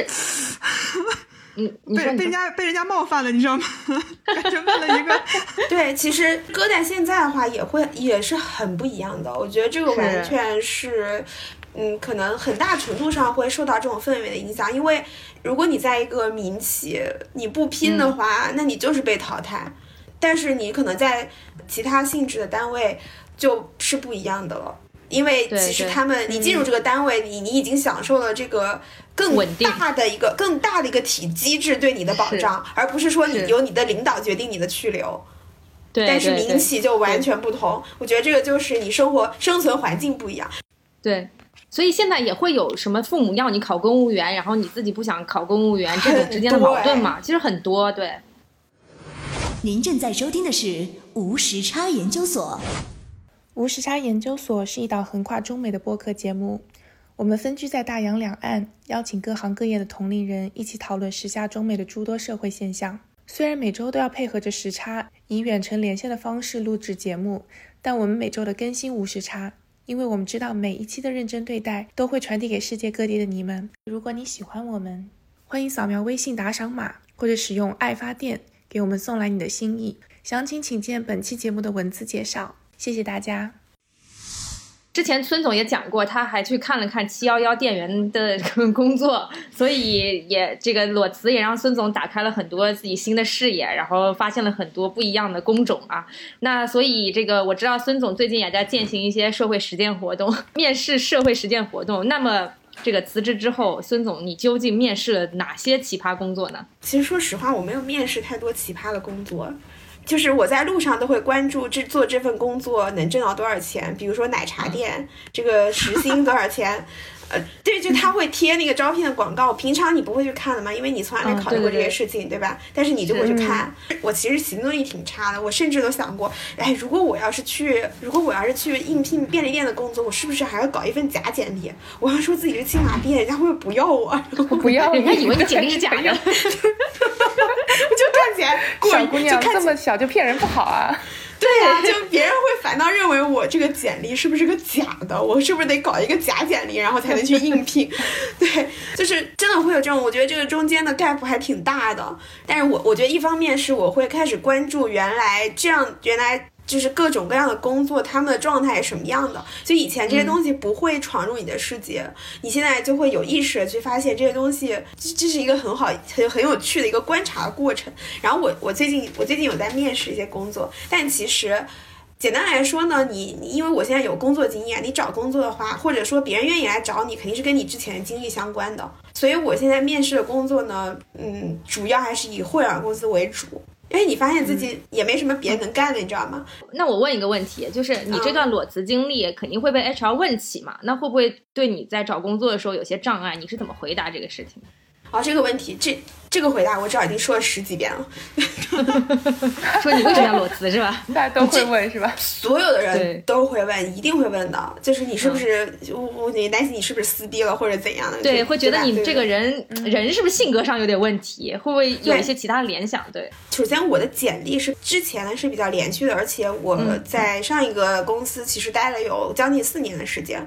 被人家冒犯了，你知道吗？感觉问了一个对，其实搁在现在的话也是很不一样的。我觉得这个完全是可能很大程度上会受到这种氛围的影响，因为如果你在一个民企你不拼的话，那你就是被淘汰。但是你可能在其他性质的单位就是不一样的了，因为其实你进入这个单位，你已经享受了这个更大的一个机制对你的保障，而不是说你由你的领导决定你的去留。但是民企就完全不同，我觉得这个就是你生存环境不一样。 对，所以现在也会有什么父母要你考公务员，然后你自己不想考公务员，这种之间的矛盾嘛，其实很多。对， 您正在收听的是无时差研究所。 无时差研究所是一档横跨中美的播客节目，我们分居在大洋两岸，邀请各行各业的同龄人一起讨论时下中美的诸多社会现象。虽然每周都要配合着时差，以远程连线的方式录制节目，但我们每周的更新无时差，因为我们知道每一期的认真对待都会传递给世界各地的你们。如果你喜欢我们，欢迎扫描微信打赏码，或者使用爱发电给我们送来你的心意。详情请见本期节目的文字介绍。谢谢大家。 之前孙总也讲过，他还去看了看711店员的工作，所以这个裸辞也让孙总打开了很多自己新的视野，然后发现了很多不一样的工种啊。那所以这个我知道孙总最近也在践行一些社会实践活动，面试社会实践活动。那么这个辞职之后，孙总你究竟面试了哪些奇葩工作呢？ 其实说实话，我没有面试太多奇葩的工作。就是我在路上都会关注做这份工作能挣到多少钱，比如说奶茶店这个时薪多少钱，对，就他会贴那个招聘的广告，平常你不会去看的嘛，因为你从来没考虑过这些事情，对吧？但是你就会去看。我其实行动力挺差的，我甚至都想过，如果我要是去应聘便利店的工作，我是不是还要搞一份假简历？我要说自己是清华毕业，人家会不会不要我？ 不要， 人家以为你简历是假的。 我就赚钱， 小姑娘这么小就骗人不好啊。 对呀，就别人会反倒认为我这个简历是不是个假的，我是不是得搞一个假简历然后才能去应聘。对，就是真的会有这种，我觉得这个中间的 gap 还挺大的。但是我觉得一方面是我会开始关注原来就是各种各样的工作他们的状态是什么样的，所以以前这些东西不会闯入你的世界，你现在就会有意识的去发现这些东西，这是一个很有趣的一个观察的过程。然后我最近有在面试一些工作，但其实简单来说呢，你因为我现在有工作经验，你找工作的话，或者说别人愿意来找你，肯定是跟你之前的经历相关的。所以我现在面试的工作呢，主要还是以互联网公司为主。因为你发现自己也没什么别的能干的，你知道吗？ 那我问一个问题，就是你这段裸辞经历肯定会被 HR 问起嘛？那会不会对你在找工作的时候有些障碍？你是怎么回答这个事情？ 这个问题，这个回答我至少已经说了10几遍了。 说你为什么要裸辞是吧？ 大家都会问是吧？ 所有的人都会问，一定会问的。就是你是不是，你担心你是不是撕逼了或者怎样的？ 对，会觉得你这个人是不是性格上有点问题？会不会有一些其他的联想？对， 首先我的简历是之前的是比较连续的，而且我在上一个公司其实待了有将近4年的时间。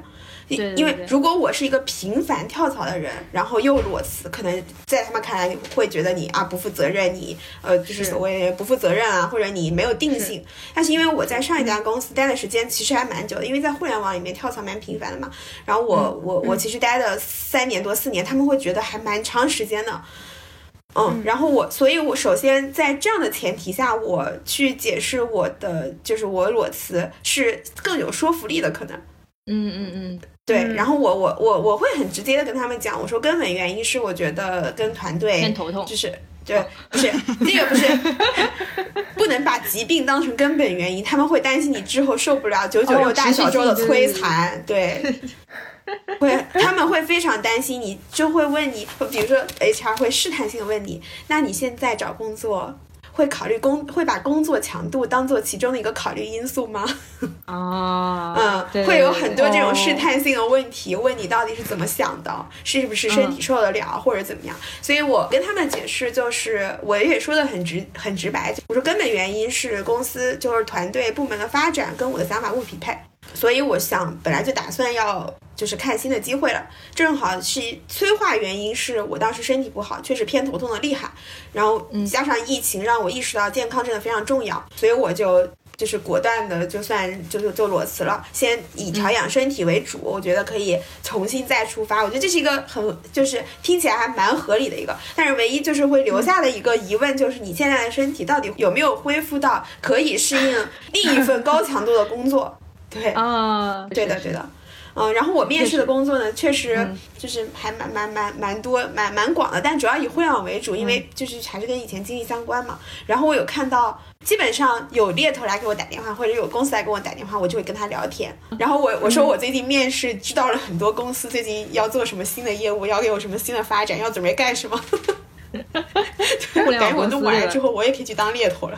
对， 因为如果我是一个频繁跳槽的人，然后又裸辞，可能在他们看来会觉得你啊不负责任，你就是所谓不负责任啊，或者你没有定性。但是因为我在上一家公司待的时间其实还蛮久的，因为在互联网里面跳槽蛮频繁的嘛，然后我其实待了3年多4年，他们会觉得还蛮长时间的。然后所以我首先在这样的前提下，我去解释我的就是我裸辞是更有说服力的可能。对，然后我会很直接的跟他们讲，我说根本原因是我觉得跟团队偏头痛， 就是对，不是这个不是不能把疾病当成根本原因，他们会担心你之后受不了996大小周的摧残，对。他们会非常担心你，就会问你，比如说 HR 会试探性的问你，那你现在找工作会会把工作强度当做其中的一个考虑因素吗？会有很多这种试探性的问题，问你到底是怎么想的，是不是身体受得了，或者怎么样。所以我跟他们解释，就是我也说的很直白，我说根本原因是公司就是团队部门的发展跟我的想法不匹配。所以我想本来就打算要就是看新的机会了，正好是催化原因是我当时身体不好，确实偏头痛的厉害，然后加上疫情让我意识到健康真的非常重要，所以我就是果断的就裸辞了，先以调养身体为主，我觉得可以重新再出发。我觉得这是一个就是听起来还蛮合理的一个，但是唯一就是会留下的一个疑问就是你现在的身体到底有没有恢复到可以适应另一份高强度的工作。对对的。然后我面试的工作呢，确实就是还蛮多蛮广的，但主要以互联网为主，因为就是还是跟以前经历相关嘛。然后我有看到，基本上有猎头来给我打电话，或者有公司来给我打电话，我就会跟他聊天。然后我说我最近面试知道了很多公司最近要做什么新的业务，要给我什么新的发展，要准备干什么。 互联网公司， 等我弄完了之后，我也可以去当猎头了，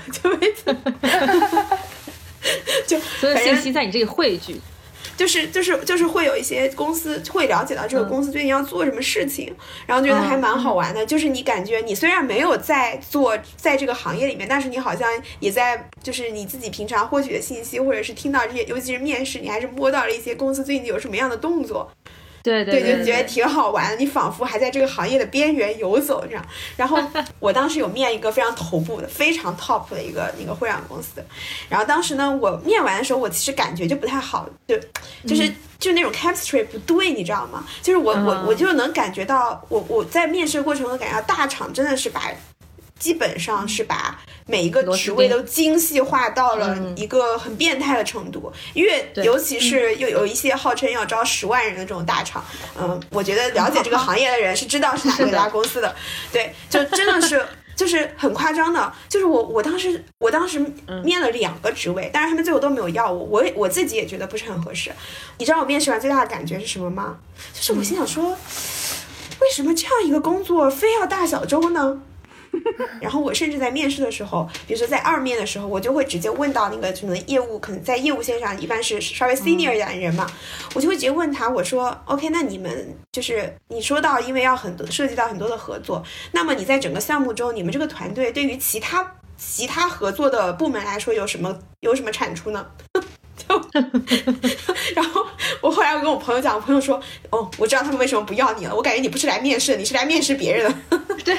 就所有信息在你这里汇聚。 就是会有一些公司会了解到这个公司最近要做什么事情，然后觉得还蛮好玩的。就是你感觉你虽然没有在这个行业里面，但是你好像也在，就是你自己平常获取的信息，或者是听到这些，尤其是面试，你还是摸到了一些公司最近有什么样的动作。 对， 就觉得挺好玩的，你仿佛还在这个行业的边缘游走这样。然后我当时有面一个非常头部的、非常 top 的一个互联网公司，然后当时呢，我面完的时候，我其实感觉就不太好，就那种 chemistry 不对，你知道吗？就是我就能感觉到，我在面试的过程中感觉到大厂真的是基本上是把每一个职位都精细化到了一个很变态的程度，尤其是又有一些号称要招10万人的这种大厂，我觉得了解这个行业的人是知道是哪个大公司的，对，就真的是就是很夸张的，就是我当时面了2个职位，但是他们最后都没有要我自己也觉得不是很合适。你知道我面试完最大的感觉是什么吗？就是我心想说，为什么这样一个工作非要大小周呢？然后我甚至在面试的时候，比如说在2面的时候，我就会直接问到那个什么业务，可能在业务线上一般是稍微 senior 一点的人嘛，我就会直接问他，我说 OK， 那你们就是你说到因为要涉及到很多的合作，那么你在整个项目中，你们这个团队对于其他合作的部门来说有什么产出呢？然后我后来跟我朋友讲，我朋友说，我知道他们为什么不要你了，我感觉你不是来面试，你是来面试别人的。 对，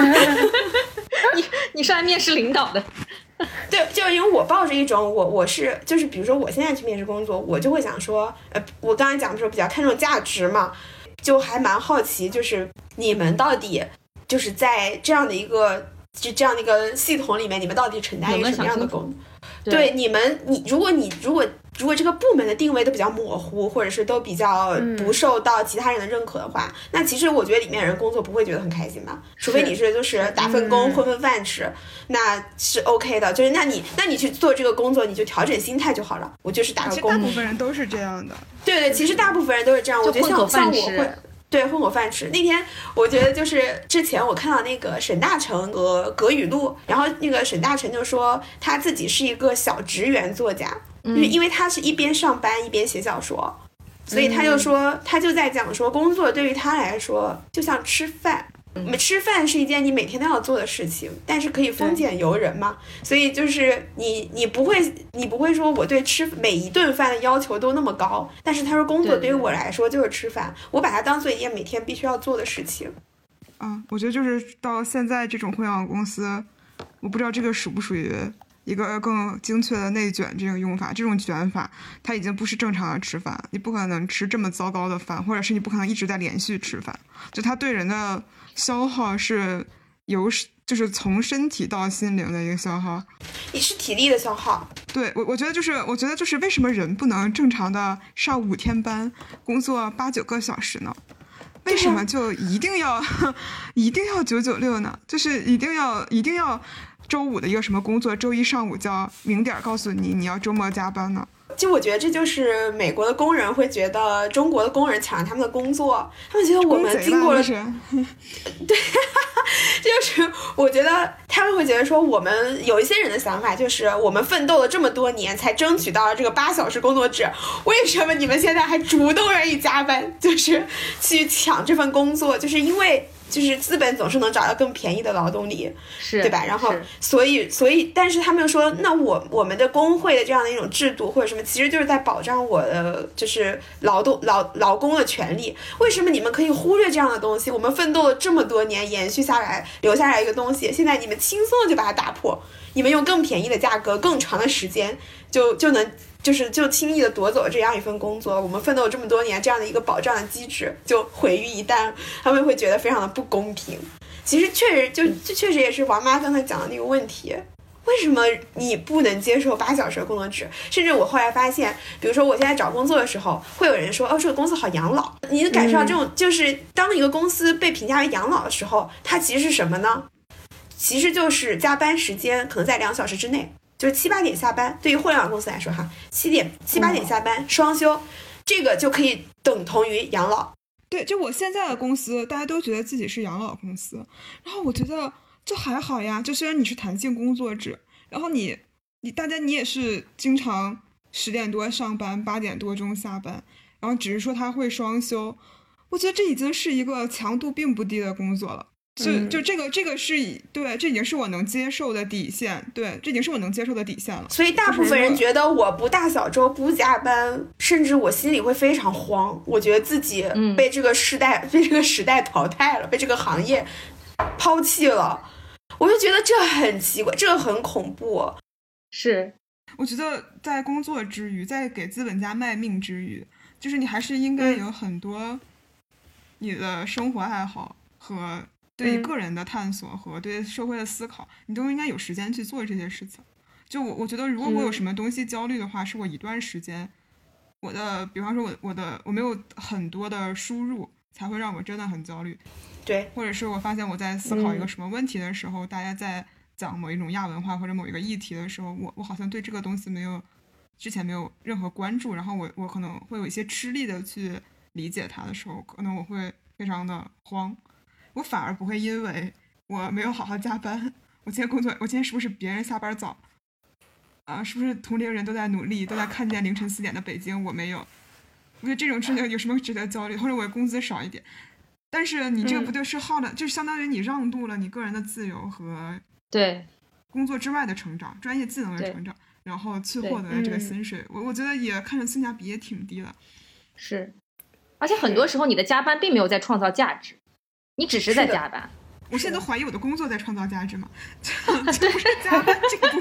你是来面试领导的。 对，就因为我抱着一种我是就是比如说我现在去面试工作，我就会想说，我刚才讲的时候比较看重价值嘛，就还蛮好奇，就是你们到底就是在这样的一个系统里面，你们到底承担一个什么样的工作？对，如果这个部门的定位都比较模糊，或者是都比较不受到其他人的认可的话，那其实我觉得里面人工作不会觉得很开心吧，除非你是就是打份工混份饭吃，那是 OK 的。就是那你去做这个工作，你就调整心态就好了。我就是打个工。 大部分人都是这样的。 对，其实大部分人都是这样。我觉得像我会。对，混口饭吃。那天我觉得就是之前我看到那个沈大成和葛雨露，然后那个沈大成就说他自己是一个小职员作家，就是因为他是一边上班一边写小说，所以他就说他就在讲说工作对于他来说就像吃饭， 吃饭是一件你每天都要做的事情，但是可以丰俭由人嘛，所以就是你不会说我对吃每一顿饭的要求都那么高，但是他说工作对于我来说就是吃饭，我把它当做一件每天必须要做的事情。 我觉得就是到现在这种互联网公司，我不知道这个属不属于一个更精确的内卷这个用法，这种卷法它已经不是正常的吃饭，你不可能吃这么糟糕的饭，或者是你不可能一直在连续吃饭，就它对人的消耗是就是从身体到心灵的一个消耗， 也是体力的消耗。 对，我觉得就是为什么人不能正常的上5天班，工作8、9个小时呢？为什么就一定要996呢？就是一定要周5的一个什么工作，周一上午就要明点告诉你要周末加班呢？ 就我觉得这就是美国的工人会觉得中国的工人抢了他们的工作，他们觉得我们经过了对，这就是我觉得他们会觉得说，我们有一些人的想法就是我们奋斗了这么多年才争取到了这个8小时工作制，为什么你们现在还主动愿意加班，就是去抢这份工作，就是因为就是资本总是能找到更便宜的劳动力， 是对吧？然后所以但是他们又说，那我们的工会的这样的一种制度或者什么，其实就是在保障我的就是劳工的权利，为什么你们可以忽略这样的东西？我们奋斗了这么多年延续下来留下来一个东西，现在你们轻松的就把它打破，你们用更便宜的价格更长的时间就能就轻易的夺走这样一份工作，我们奋斗这么多年这样的一个保障的机制就毁于一旦，他们会觉得非常的不公平。其实确实这确实也是王妈刚才讲的那个问题，为什么你不能接受8小时的工作制？甚至我后来发现，比如说我现在找工作的时候，会有人说这个公司好养老，你能感受到这种就是当一个公司被评价为养老的时候，它其实是什么呢？其实就是加班时间可能在2小时之内，就是7、8点下班，对于互联网公司来说哈，7、8点下班，双休，这个就可以等同于养老。 对，就我现在的公司，大家都觉得自己是养老公司，然后我觉得就还好呀，就虽然你是弹性工作制，然后你也是经常10点多上班，8点多钟下班，然后只是说他会双休，我觉得这已经是一个强度并不低的工作了。就这个是对，这已经是我能接受的底线，对，这已经是我能接受的底线了。 所以大部分人觉得我不大小周不加班，甚至我心里会非常慌，我觉得自己被这个时代淘汰了，被这个行业抛弃了，我就觉得这很奇怪，这很恐怖。 是， 我觉得在工作之余，在给资本家卖命之余，就是你还是应该有很多你的生活爱好和对于个人的探索和对社会的思考，你都应该有时间去做这些事情。就我觉得如果我有什么东西焦虑的话，是我一段时间比方说我没有很多的输入才会让我真的很焦虑。 对， 或者是我发现我在思考一个什么问题的时候，大家在讲某一种亚文化或者某一个议题的时候，我好像对这个东西之前没有任何关注，然后我可能会有一些吃力的去理解它的时候，可能我会非常的慌。我反而不会因为我没有好好加班，我今天是不是别人下班早啊？是不是同龄人都在努力，都在看见凌晨4点的北京，我没有？我觉得这种事情有什么值得焦虑？或者我工资少一点，但是你这个不对是耗的，就是相当于你让渡了你个人的自由和对工作之外的成长、专业技能的成长，然后去获得这个薪水，我觉得也看着性价比也挺低的。 是，而且很多时候你的加班并没有在创造价值。你只是在加班， 我现在都怀疑我的工作在创造价值嘛，就不是加班这个部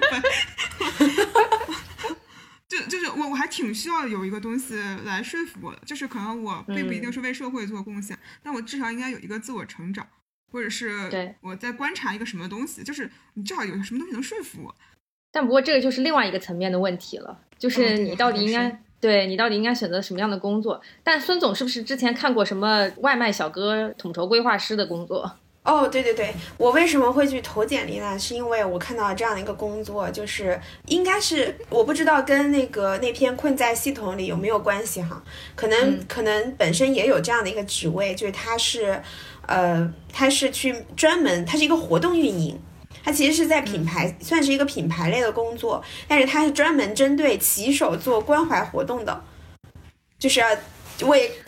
分。就是我还挺需要有一个东西来说服我的，就是可能我并不一定是为社会做贡献，但我至少应该有一个自我成长，或者是我在观察一个什么东西，就是你至少有什么东西能说服我。 但不过这个就是另外一个层面的问题了，就是你到底应该。对，你到底应该选择什么样的工作？但孙总是不是之前看过什么外卖小哥、统筹规划师的工作？ 哦，对对对，我为什么会去投简历呢？是因为我看到这样的一个工作，就是应该是我不知道跟那篇困在系统里有没有关系哈，可能本身也有这样的一个职位，就是他是去专门，他是一个活动运营。它其实是在品牌，算是一个品牌类的工作，但是它是专门针对骑手做关怀活动的，就是为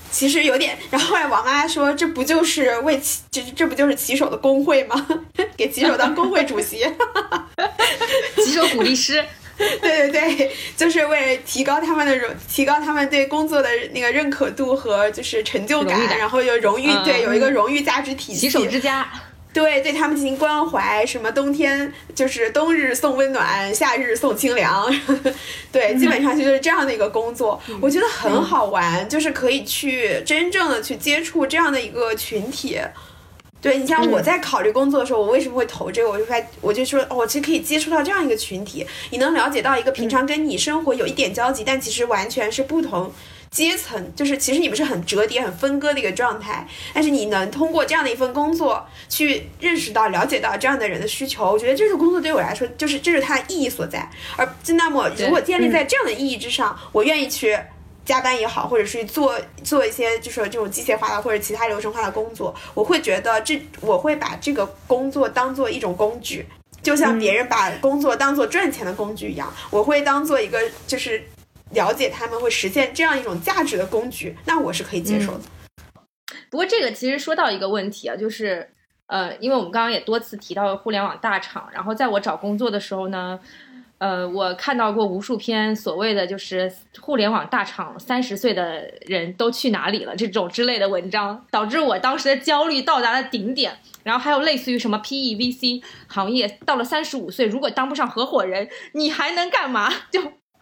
其实有点，然后后来王妈说，这不就是这不就是骑手的工会吗？给骑手当工会主席， 骑手鼓励师。 对对对，就是为了提高他们对工作的那个认可度和就是成就感，然后有荣誉，对，有一个荣誉价值体系。 骑手之家。 对他们进行关怀，什么冬天就是冬日送温暖，夏日送清凉，对，基本上就是这样的一个工作，我觉得很好玩，就是可以去真正的去接触这样的一个群体。对，你像我在考虑工作的时候，我为什么会投这个，我就说，哦，其实可以接触到这样一个群体，你能了解到一个平常跟你生活有一点交集，但其实完全是不同阶层，就是其实你们是很折叠很分割的一个状态，但是你能通过这样的一份工作去认识到了解到这样的人的需求，我觉得这个工作对我来说就是这是它的意义所在。而那么如果建立在这样的意义之上，我愿意去加班也好，或者是做一些就是这种机械化的或者其他流程化的工作，我会觉得我会把这个工作当做一种工具，就像别人把工作当做赚钱的工具一样，我会当做一个就是了解他们会实现这样一种价值的工具，那我是可以接受的。 不过这个其实说到一个问题啊，就是因为我们刚刚也多次提到互联网大厂，然后在我找工作的时候呢，我看到过无数篇所谓的就是互联网大厂30岁的人都去哪里了这种之类的文章，导致我当时的焦虑到达了顶点。然后还有类似于什么 PEVC 行业到了35岁如果当不上合伙人你还能干嘛，就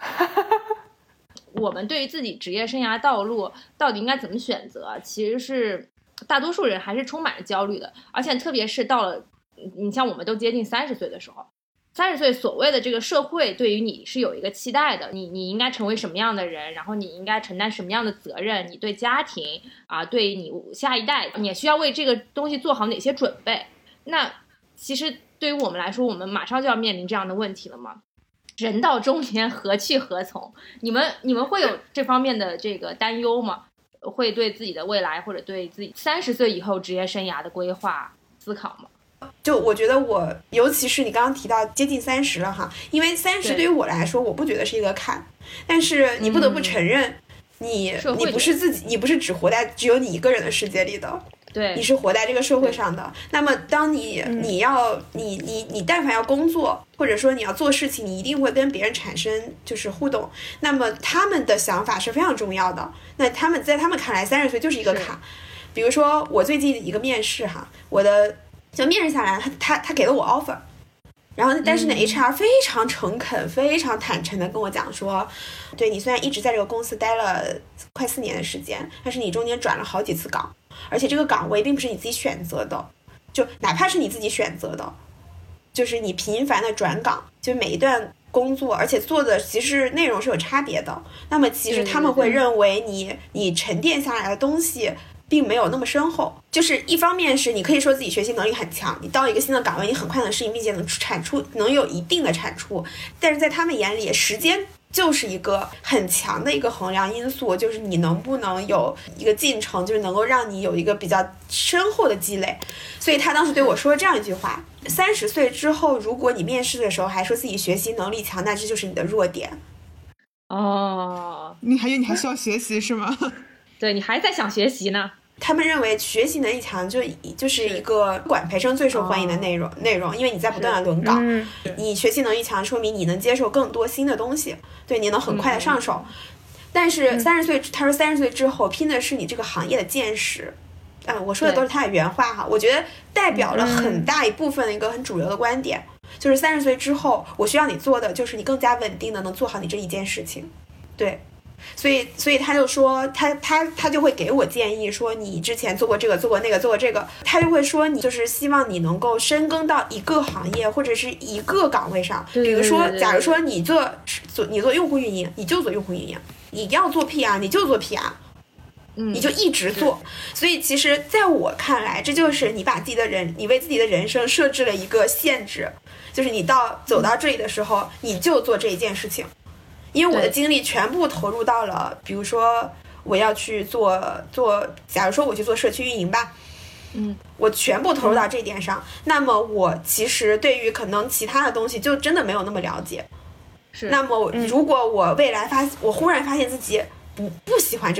我们对于自己职业生涯道路到底应该怎么选择，其实是大多数人还是充满着焦虑的。而且特别是到了你像我们都接近30岁的时候，30岁所谓的这个社会对于你是有一个期待的，你应该成为什么样的人，然后你应该承担什么样的责任，你对家庭啊，对你下一代你也需要为这个东西做好哪些准备。那其实对于我们来说，我们马上就要面临这样的问题了嘛，人到中年何去何从？你们会有这方面的这个担忧吗？会对自己的未来或者对自己30岁以后职业生涯的规划思考吗？ 就我觉得尤其是你刚刚提到接近30了哈，因为30对于我来说我不觉得是一个坎，但是你不得不承认，你不是自己，你不是只活在只有你一个人的世界里的， 对， 你是活在这个社会上的。那么当你但凡要工作或者说你要做事情，你一定会跟别人产生就是互动，那么他们的想法是非常重要的。那在他们看来30岁就是一个坎。比如说我最近一个面试哈，就面试下来他给了我 offer， 然后但是呢HR 非常诚恳非常坦诚的跟我讲说，对，你虽然一直在这个公司待了快4年的时间，但是你中间转了好几次岗，而且这个岗位并不是你自己选择的，就哪怕是你自己选择的，就是你频繁的转岗，就每一段工作而且做的其实内容是有差别的，那么其实他们会认为你沉淀下来的东西并没有那么深厚。就是一方面是你可以说自己学习能力很强，你到一个新的岗位你很快能适应并且能有一定的产出，但是在他们眼里时间就是一个很强的一个衡量因素，就是你能不能有一个进程，就是能够让你有一个比较深厚的积累。所以他当时对我说这样一句话：30岁之后如果你面试的时候还说自己学习能力强，那这就是你的弱点。 哦， 你还需要学习是吗？ 对，你还在想学习呢。 他们认为学习能力强就是一个管培生最受欢迎的内容，因为你在不断的轮岗，你学习能力强说明你能接受更多新的东西，对，你能很快的上手。但是30岁，他说30岁之后拼的是你这个行业的见识。我说的都是他的原话哈，我觉得代表了很大一部分的一个很主流的观点，就是30岁之后我需要你做的就是你更加稳定的能做好你这一件事情。对，所以他就说他就会给我建议说，你之前做过这个做过那个做过这个，他就会说你就是希望你能够深耕到一个行业或者是一个岗位上。比如说假如说你做用户运营，你就做用户运营，你要做 PR 你就做 PR，你就一直做。所以其实在我看来，这就是你为自己的人生设置了一个限制，就是你走到这里的时候你就做这一件事情。因为我的精力全部投入到了，比如说我要去做，假如说我去做社区运营吧，我全部投入到这一点上，那么我其实对于可能其他的东西就真的没有那么了解。是，那么如果我未来我忽然发现自己不喜欢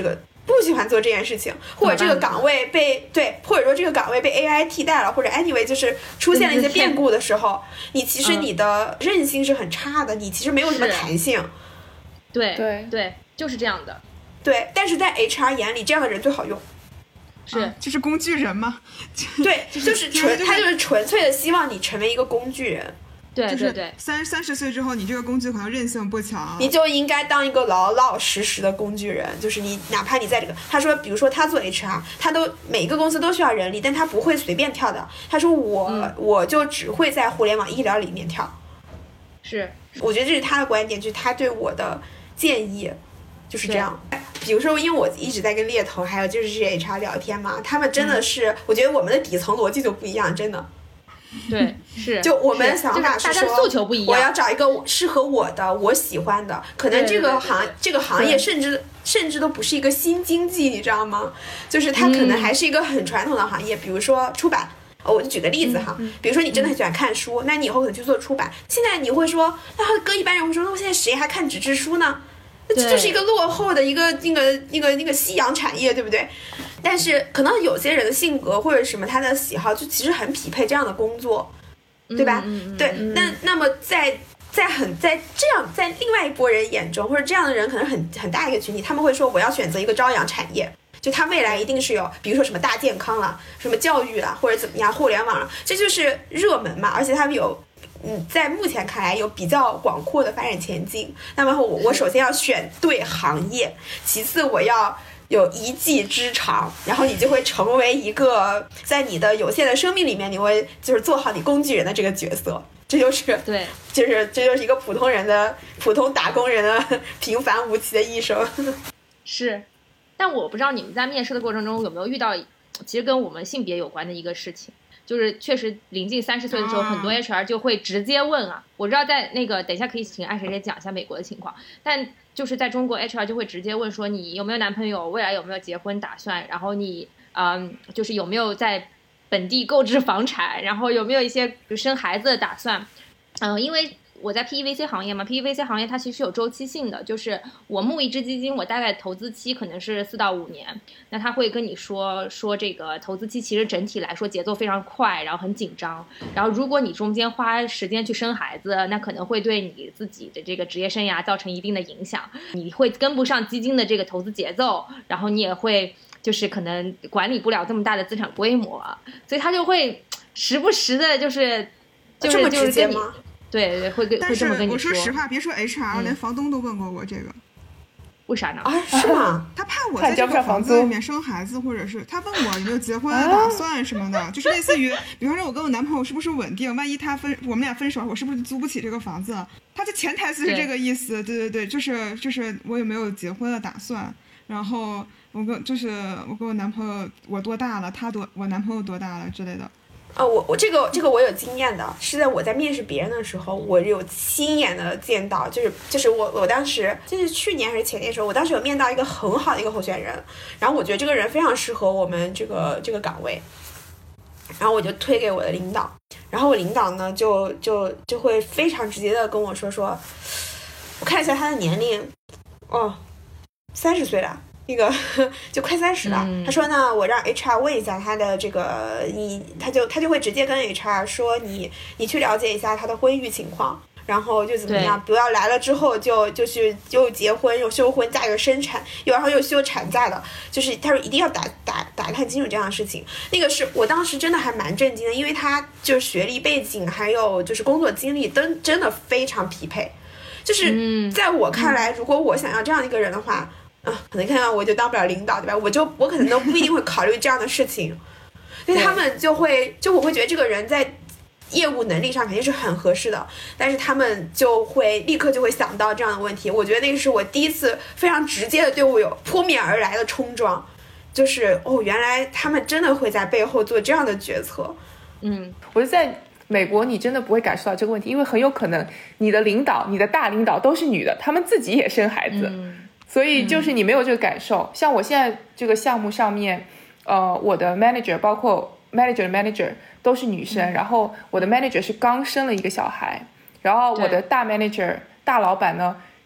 不喜欢做这件事情，或者这个岗位被或者说这个岗位被 AI 替代了，或者 anyway 就是出现了一些变故的时候，你其实你的韧性是很差的，你其实没有什么弹性。 对，就是这样的。 对，但是在 HR 眼里，这样的人最好用。 是， 就是工具人嘛。 对，就是他就是纯粹的希望你成为一个工具人。 对， 就是30岁之后，你这个工具可能韧性不强， 你就应该当一个老老实实的工具人。就是你哪怕你在这个，他说，比如说他做 HR， 他都每一个公司都需要人力，但他不会随便跳的。他说我就只会在互联网医疗里面跳。 是， 我觉得这是他的观点，就是他对我的建议就是这样。比如说，因为我一直在跟猎头还有就是这些 HR 聊天嘛，他们真的是，我觉得我们的底层逻辑就不一样，真的。 对，是， 就我们的想法是说，大家诉求不一样。 我要找一个适合我的、我喜欢的，可能这个行业甚至都不是一个新经济，你知道吗？就是它可能还是一个很传统的行业，比如说出版。我就举个例子哈，比如说你真的很喜欢看书，那你以后可能去做出版。现在你会说，那搁一般人会说，那我现在谁还看纸质书呢？那这就是一个落后的一个那个夕阳产业，对不对？但是可能有些人的性格或者什么他的喜好，就其实很匹配这样的工作，对吧？对，那么在另外一拨人眼中，或者这样的人可能很大一个群体，他们会说我要选择一个朝阳产业。就它未来一定是有，比如说什么大健康啦，什么教育啦，或者怎么样，互联网啦，这就是热门嘛，而且他们有，在目前看来有比较广阔的发展前景。那么我首先要选对行业，其次我要有一技之长，然后你就会成为一个在你的有限的生命里面，你会就是做好你工具人的这个角色。这就是对，这就是一个普通打工人的平凡无奇的一生。 是。但我不知道你们在面试的过程中有没有遇到，其实跟我们性别有关的一个事情，就是确实临近30岁的时候，很多 HR 就会直接问啊，我知道在那个等一下可以请爱谁谁讲一下美国的情况，但就是在中国 HR 就会直接问说你有没有男朋友，未来有没有结婚打算，然后你就是有没有在本地购置房产，然后有没有一些生孩子的打算，因为我在 PEVC 行业嘛 ，PEVC 行业它其实有周期性的，就是我募一只基金，我大概投资期可能是4到5年，那他会跟你说这个投资期其实整体来说节奏非常快，然后很紧张，然后如果你中间花时间去生孩子，那可能会对你自己的这个职业生涯造成一定的影响，你会跟不上基金的这个投资节奏，然后你也会就是可能管理不了这么大的资产规模，所以他就会时不时的就是这么直接吗？ 对，会这么跟你说。 但是我说实话，别说 HR，连房东都问过我这个。 为啥呢？ 是吗？ 他怕我在这个房子里面生孩子，或者是他问我有没有结婚的打算什么的，就是类似于，比方说我跟我男朋友是不是稳定，万一我们俩分手，我是不是租不起这个房子？他的潜台词是这个意思，对，就是我有没有结婚的打算，然后我跟我男朋友我多大了，我男朋友多大了之类的。 我这个我有经验的，是在我在面试别人的时候，我有亲眼的见到，就是我当时就是去年还是前年的时候，我当时有面到一个很好的一个候选人，然后我觉得这个人非常适合我们这个岗位，然后我就推给我的领导，然后我领导呢就会非常直接的跟我说，我看一下他的年龄，30岁了。那个就快30了，他说呢，我让 HR 问一下他的这个他就会直接跟 HR 说你去了解一下他的婚育情况，然后就怎么样，不要来了之后就又结婚又休婚，嫁又生产，然后又休产假的，就是他说一定要打探清楚这样的事情。那个是我当时真的还蛮震惊的，因为他就是学历背景还有就是工作经历都真的非常匹配，就是在我看来，如果我想要这样一个人的话。可能看到我就当不了领导，对吧？我可能都不一定会考虑这样的事情，所以他们我会觉得这个人在业务能力上肯定是很合适的，但是他们就会立刻就会想到这样的问题。我觉得那个是我第一次非常直接的对我有扑面而来的冲撞，就是原来他们真的会在背后做这样的决策。 我就在美国你真的不会感受到这个问题，因为很有可能你的领导你的大领导都是女的，他们自己也生孩子，所以就是你没有这个感受。像我现在这个项目上面我的 manager 包括 manager 的 manager 都是女生，然后我的 manager 是刚生了一个小孩，然后我的大 manager 大老板呢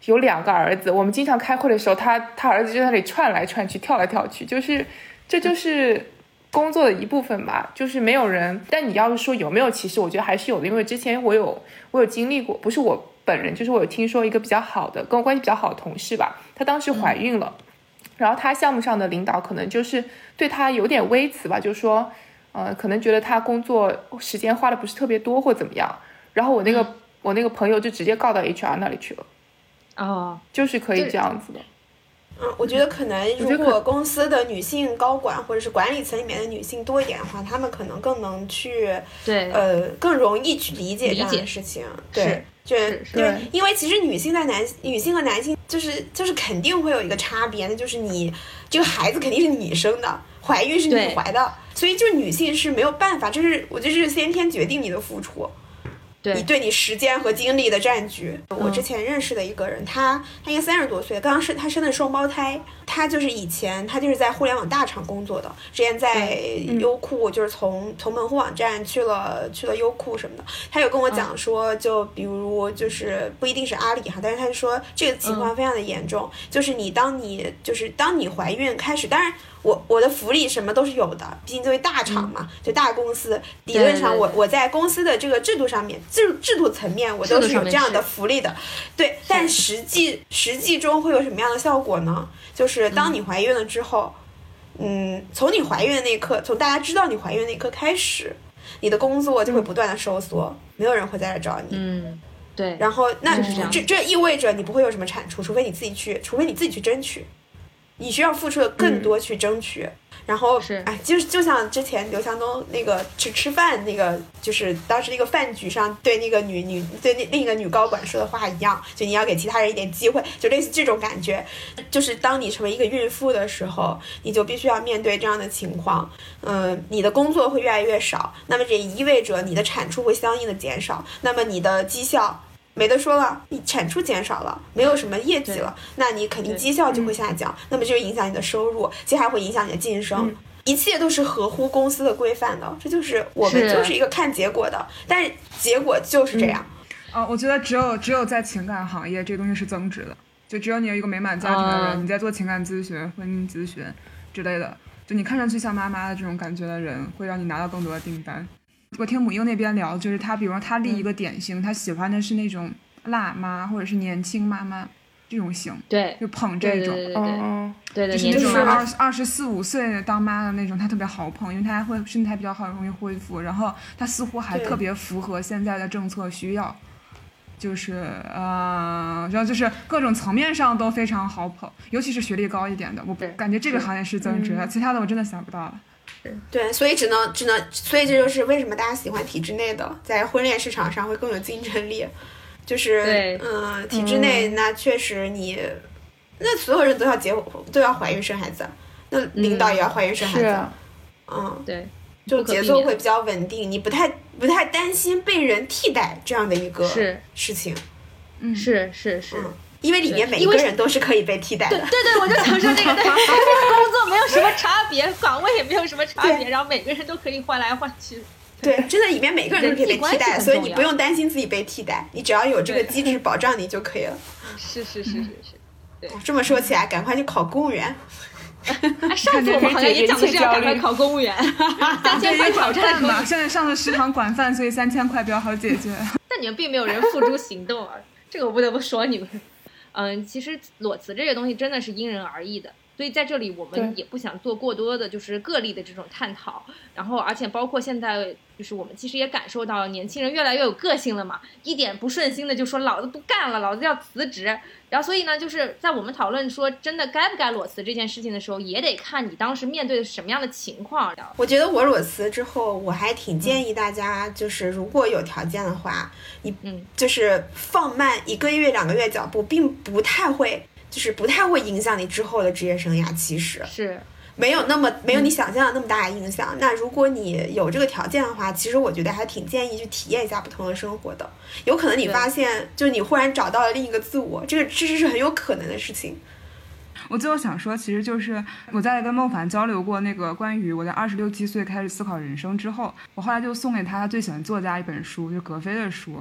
有2个儿子，我们经常开会的时候，他儿子就在那里窜来窜去，跳来跳去，这就是工作的一部分吧，就是没有人。但你要是说有没有歧视，我觉得还是有的，因为之前我有经历过，不是我本人，就是我有听说一个比较好的，跟我关系比较好的同事吧，她当时怀孕了，然后她项目上的领导可能就是对她有点微词吧，就是说可能觉得她工作时间花的不是特别多或怎么样，然后我那个朋友就直接告到 HR 那里去了。就是可以这样子的。 我觉得可能如果公司的女性高管或者是管理层里面的女性多一点的话，她们可能更能去更容易去理解这样的事情。对，对，因为其实女性和男性就是肯定会有一个差别，那就是你这个孩子肯定是你生的，怀孕是你怀的，所以就是女性是没有办法，我觉得是先天决定你的付出。你对你时间和精力的占据。我之前认识的一个人，他应该30多岁，他生的双胞胎，他就是在互联网大厂工作的，之前在优酷，就是从门户网站去了优酷什么的。他有跟我讲说，就比如就是不一定是阿里哈，但是他就说这个情况非常的严重，就是当你怀孕开始，当然我的福利什么都是有的，毕竟作为大厂嘛，就大公司，理论上我在公司的这个制度上面，制度层面我都是有这样的福利的，对。但实际中会有什么样的效果呢？就是当你怀孕了之后，从你怀孕的那一刻，从大家知道你怀孕那一刻开始，你的工作就会不断的收缩，没有人会在这找你。 对。 然后那这意味着你不会有什么产出，除非你自己去争取。你需要付出的更多去争取，然后就像之前刘强东那个吃饭那个，就是当时那个饭局上对那个对另一个女高管说的话一样，就你要给其他人一点机会，就类似这种感觉。就是当你成为一个孕妇的时候，你就必须要面对这样的情况，你的工作会越来越少，那么这也意味着你的产出会相应的减少，那么你的绩效没得说了，你产出减少了，没有什么业绩了，那你肯定绩效就会下降，那么就影响你的收入，其实还会影响你的晋升，一切都是合乎公司的规范的。这就是我们就是一个看结果的，但是结果就是这样。 我觉得只有在情感行业这个东西是增值的，就只有你有一个美满家庭的人，你在做情感咨询、婚姻咨询之类的，就你看上去像妈妈的这种感觉的人，会让你拿到更多的订单。我听母婴那边聊，就是他比如说他立一个典型，他喜欢的是那种辣妈或者是年轻妈妈这种型， 对， 就捧这种， 对， 就是那种24、25岁当妈的那种，他特别好捧，因为他还会身材比较好，容易恢复，然后他似乎还特别符合现在的政策需要，就是然后就是各种层面上都非常好捧，尤其是学历高一点的，我感觉这个行业是增值的，其他的我真的想不到了。 对，所以所以这就是为什么大家喜欢体制内的，在婚恋市场上会更有竞争力。就是体制内那确实那所有人都要怀孕生孩子，那领导也要怀孕生孩子， 对， 就节奏会比较稳定，你不太担心被人替代这样的一个事情。 是。 因为里面每一个人都是可以被替代的。 对，我就想说这个，对，工作没有什么差别，岗位也没有什么差别，然后每个人都可以换来换去。 对，真的里面每个人都可以被替代，所以你不用担心自己被替代，你只要有这个机制保障你就可以了。 是。对， 这么说起来，赶快去考公务员。 上次我们好像也讲的是要赶快考公务员，3000块挑战嘛。现在上的食堂管饭，所以3000块比较好解决。 但你们并没有人付诸行动啊，这个我不得不说你们。其实裸辞这个东西真的是因人而异的，所以在这里我们也不想做过多的就是个例的这种探讨，然后而且包括现在就是我们其实也感受到年轻人越来越有个性了嘛，一点不顺心的就说老子不干了，老子要辞职。然后所以呢，就是在我们讨论说真的该不该裸辞这件事情的时候，也得看你当时面对的是什么样的情况。 我觉得我裸辞之后，我还挺建议大家，就是如果有条件的话，你就是放慢1个月2个月脚步，并不太会影响你之后的职业生涯，其实是没有你想象的那么大的影响。那如果你有这个条件的话，其实我觉得还挺建议去体验一下不同的生活的。有可能你发现，就你忽然找到了另一个自我，这个其实是很有可能的事情。 我最后想说，其实就是我在跟孟凡交流过那个关于我在26、27岁开始思考人生之后，我后来就送给他最喜欢作家一本书，就是格非的书。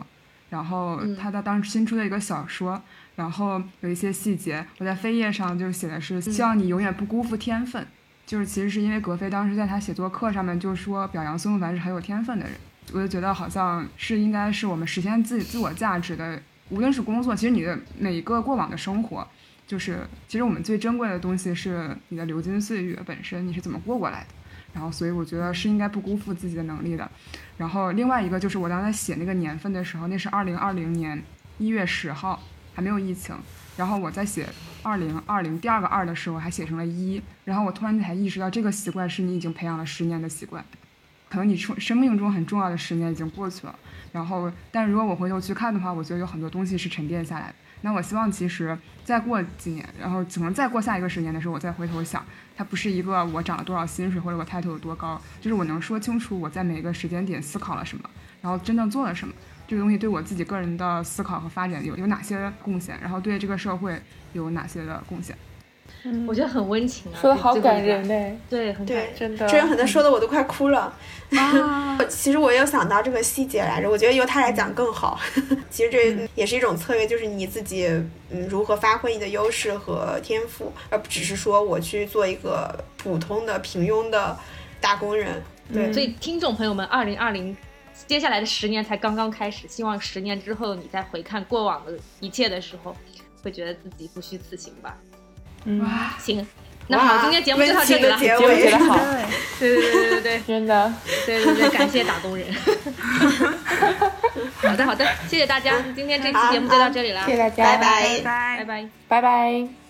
然后他当时新出的一个小说，然后有一些细节，我在扉页上就写的是希望你永远不辜负天分，就是其实是因为格非当时在他写作课上面就说表扬孙悟饭是很有天分的人，我就觉得好像是应该是我们实现自我价值的，无论是工作，其实你的每一个过往的生活，就是其实我们最珍贵的东西是你的流金岁月本身，你是怎么过过来的，然后所以我觉得是应该不辜负自己的能力的。然后另外一个就是我当时写那个年份的时候，那是2020年1月10号，还没有疫情，然后我在写2020第二个2的时候还写成了1，然后我突然才意识到这个习惯是你已经培养了10年的习惯，可能你生命中很重要的10年已经过去了，然后但如果我回头去看的话，我觉得有很多东西是沉淀下来的。那我希望其实再过几年，然后可能再过下一个10年的时候，我再回头想，它不是一个我涨了多少薪水或者我 title 有多高，就是我能说清楚我在每个时间点思考了什么，然后真正做了什么，这个东西对我自己个人的思考和发展有哪些贡献，然后对这个社会有哪些的贡献。 我觉得很温情啊， 说的好感人哎， 对，很感人， 真的， 这人可能说的我都快哭了。其实我也有想到这个细节来着，我觉得由他来讲更好。其实这也是一种策略，就是你自己如何发挥你的优势和天赋，而不只是说我去做一个普通的平庸的打工人。对， 所以听众朋友们，2020接下来的10年才刚刚开始，希望10年之后你再回看过往的一切的时候，会觉得自己不虚此行吧。行，那好，今天节目就到这里了。 节目觉得好， 对， 真的， 对，感谢打工人。好的，谢谢大家，今天这期节目就到这里了， 谢谢大家， 拜拜， 拜拜。 拜拜。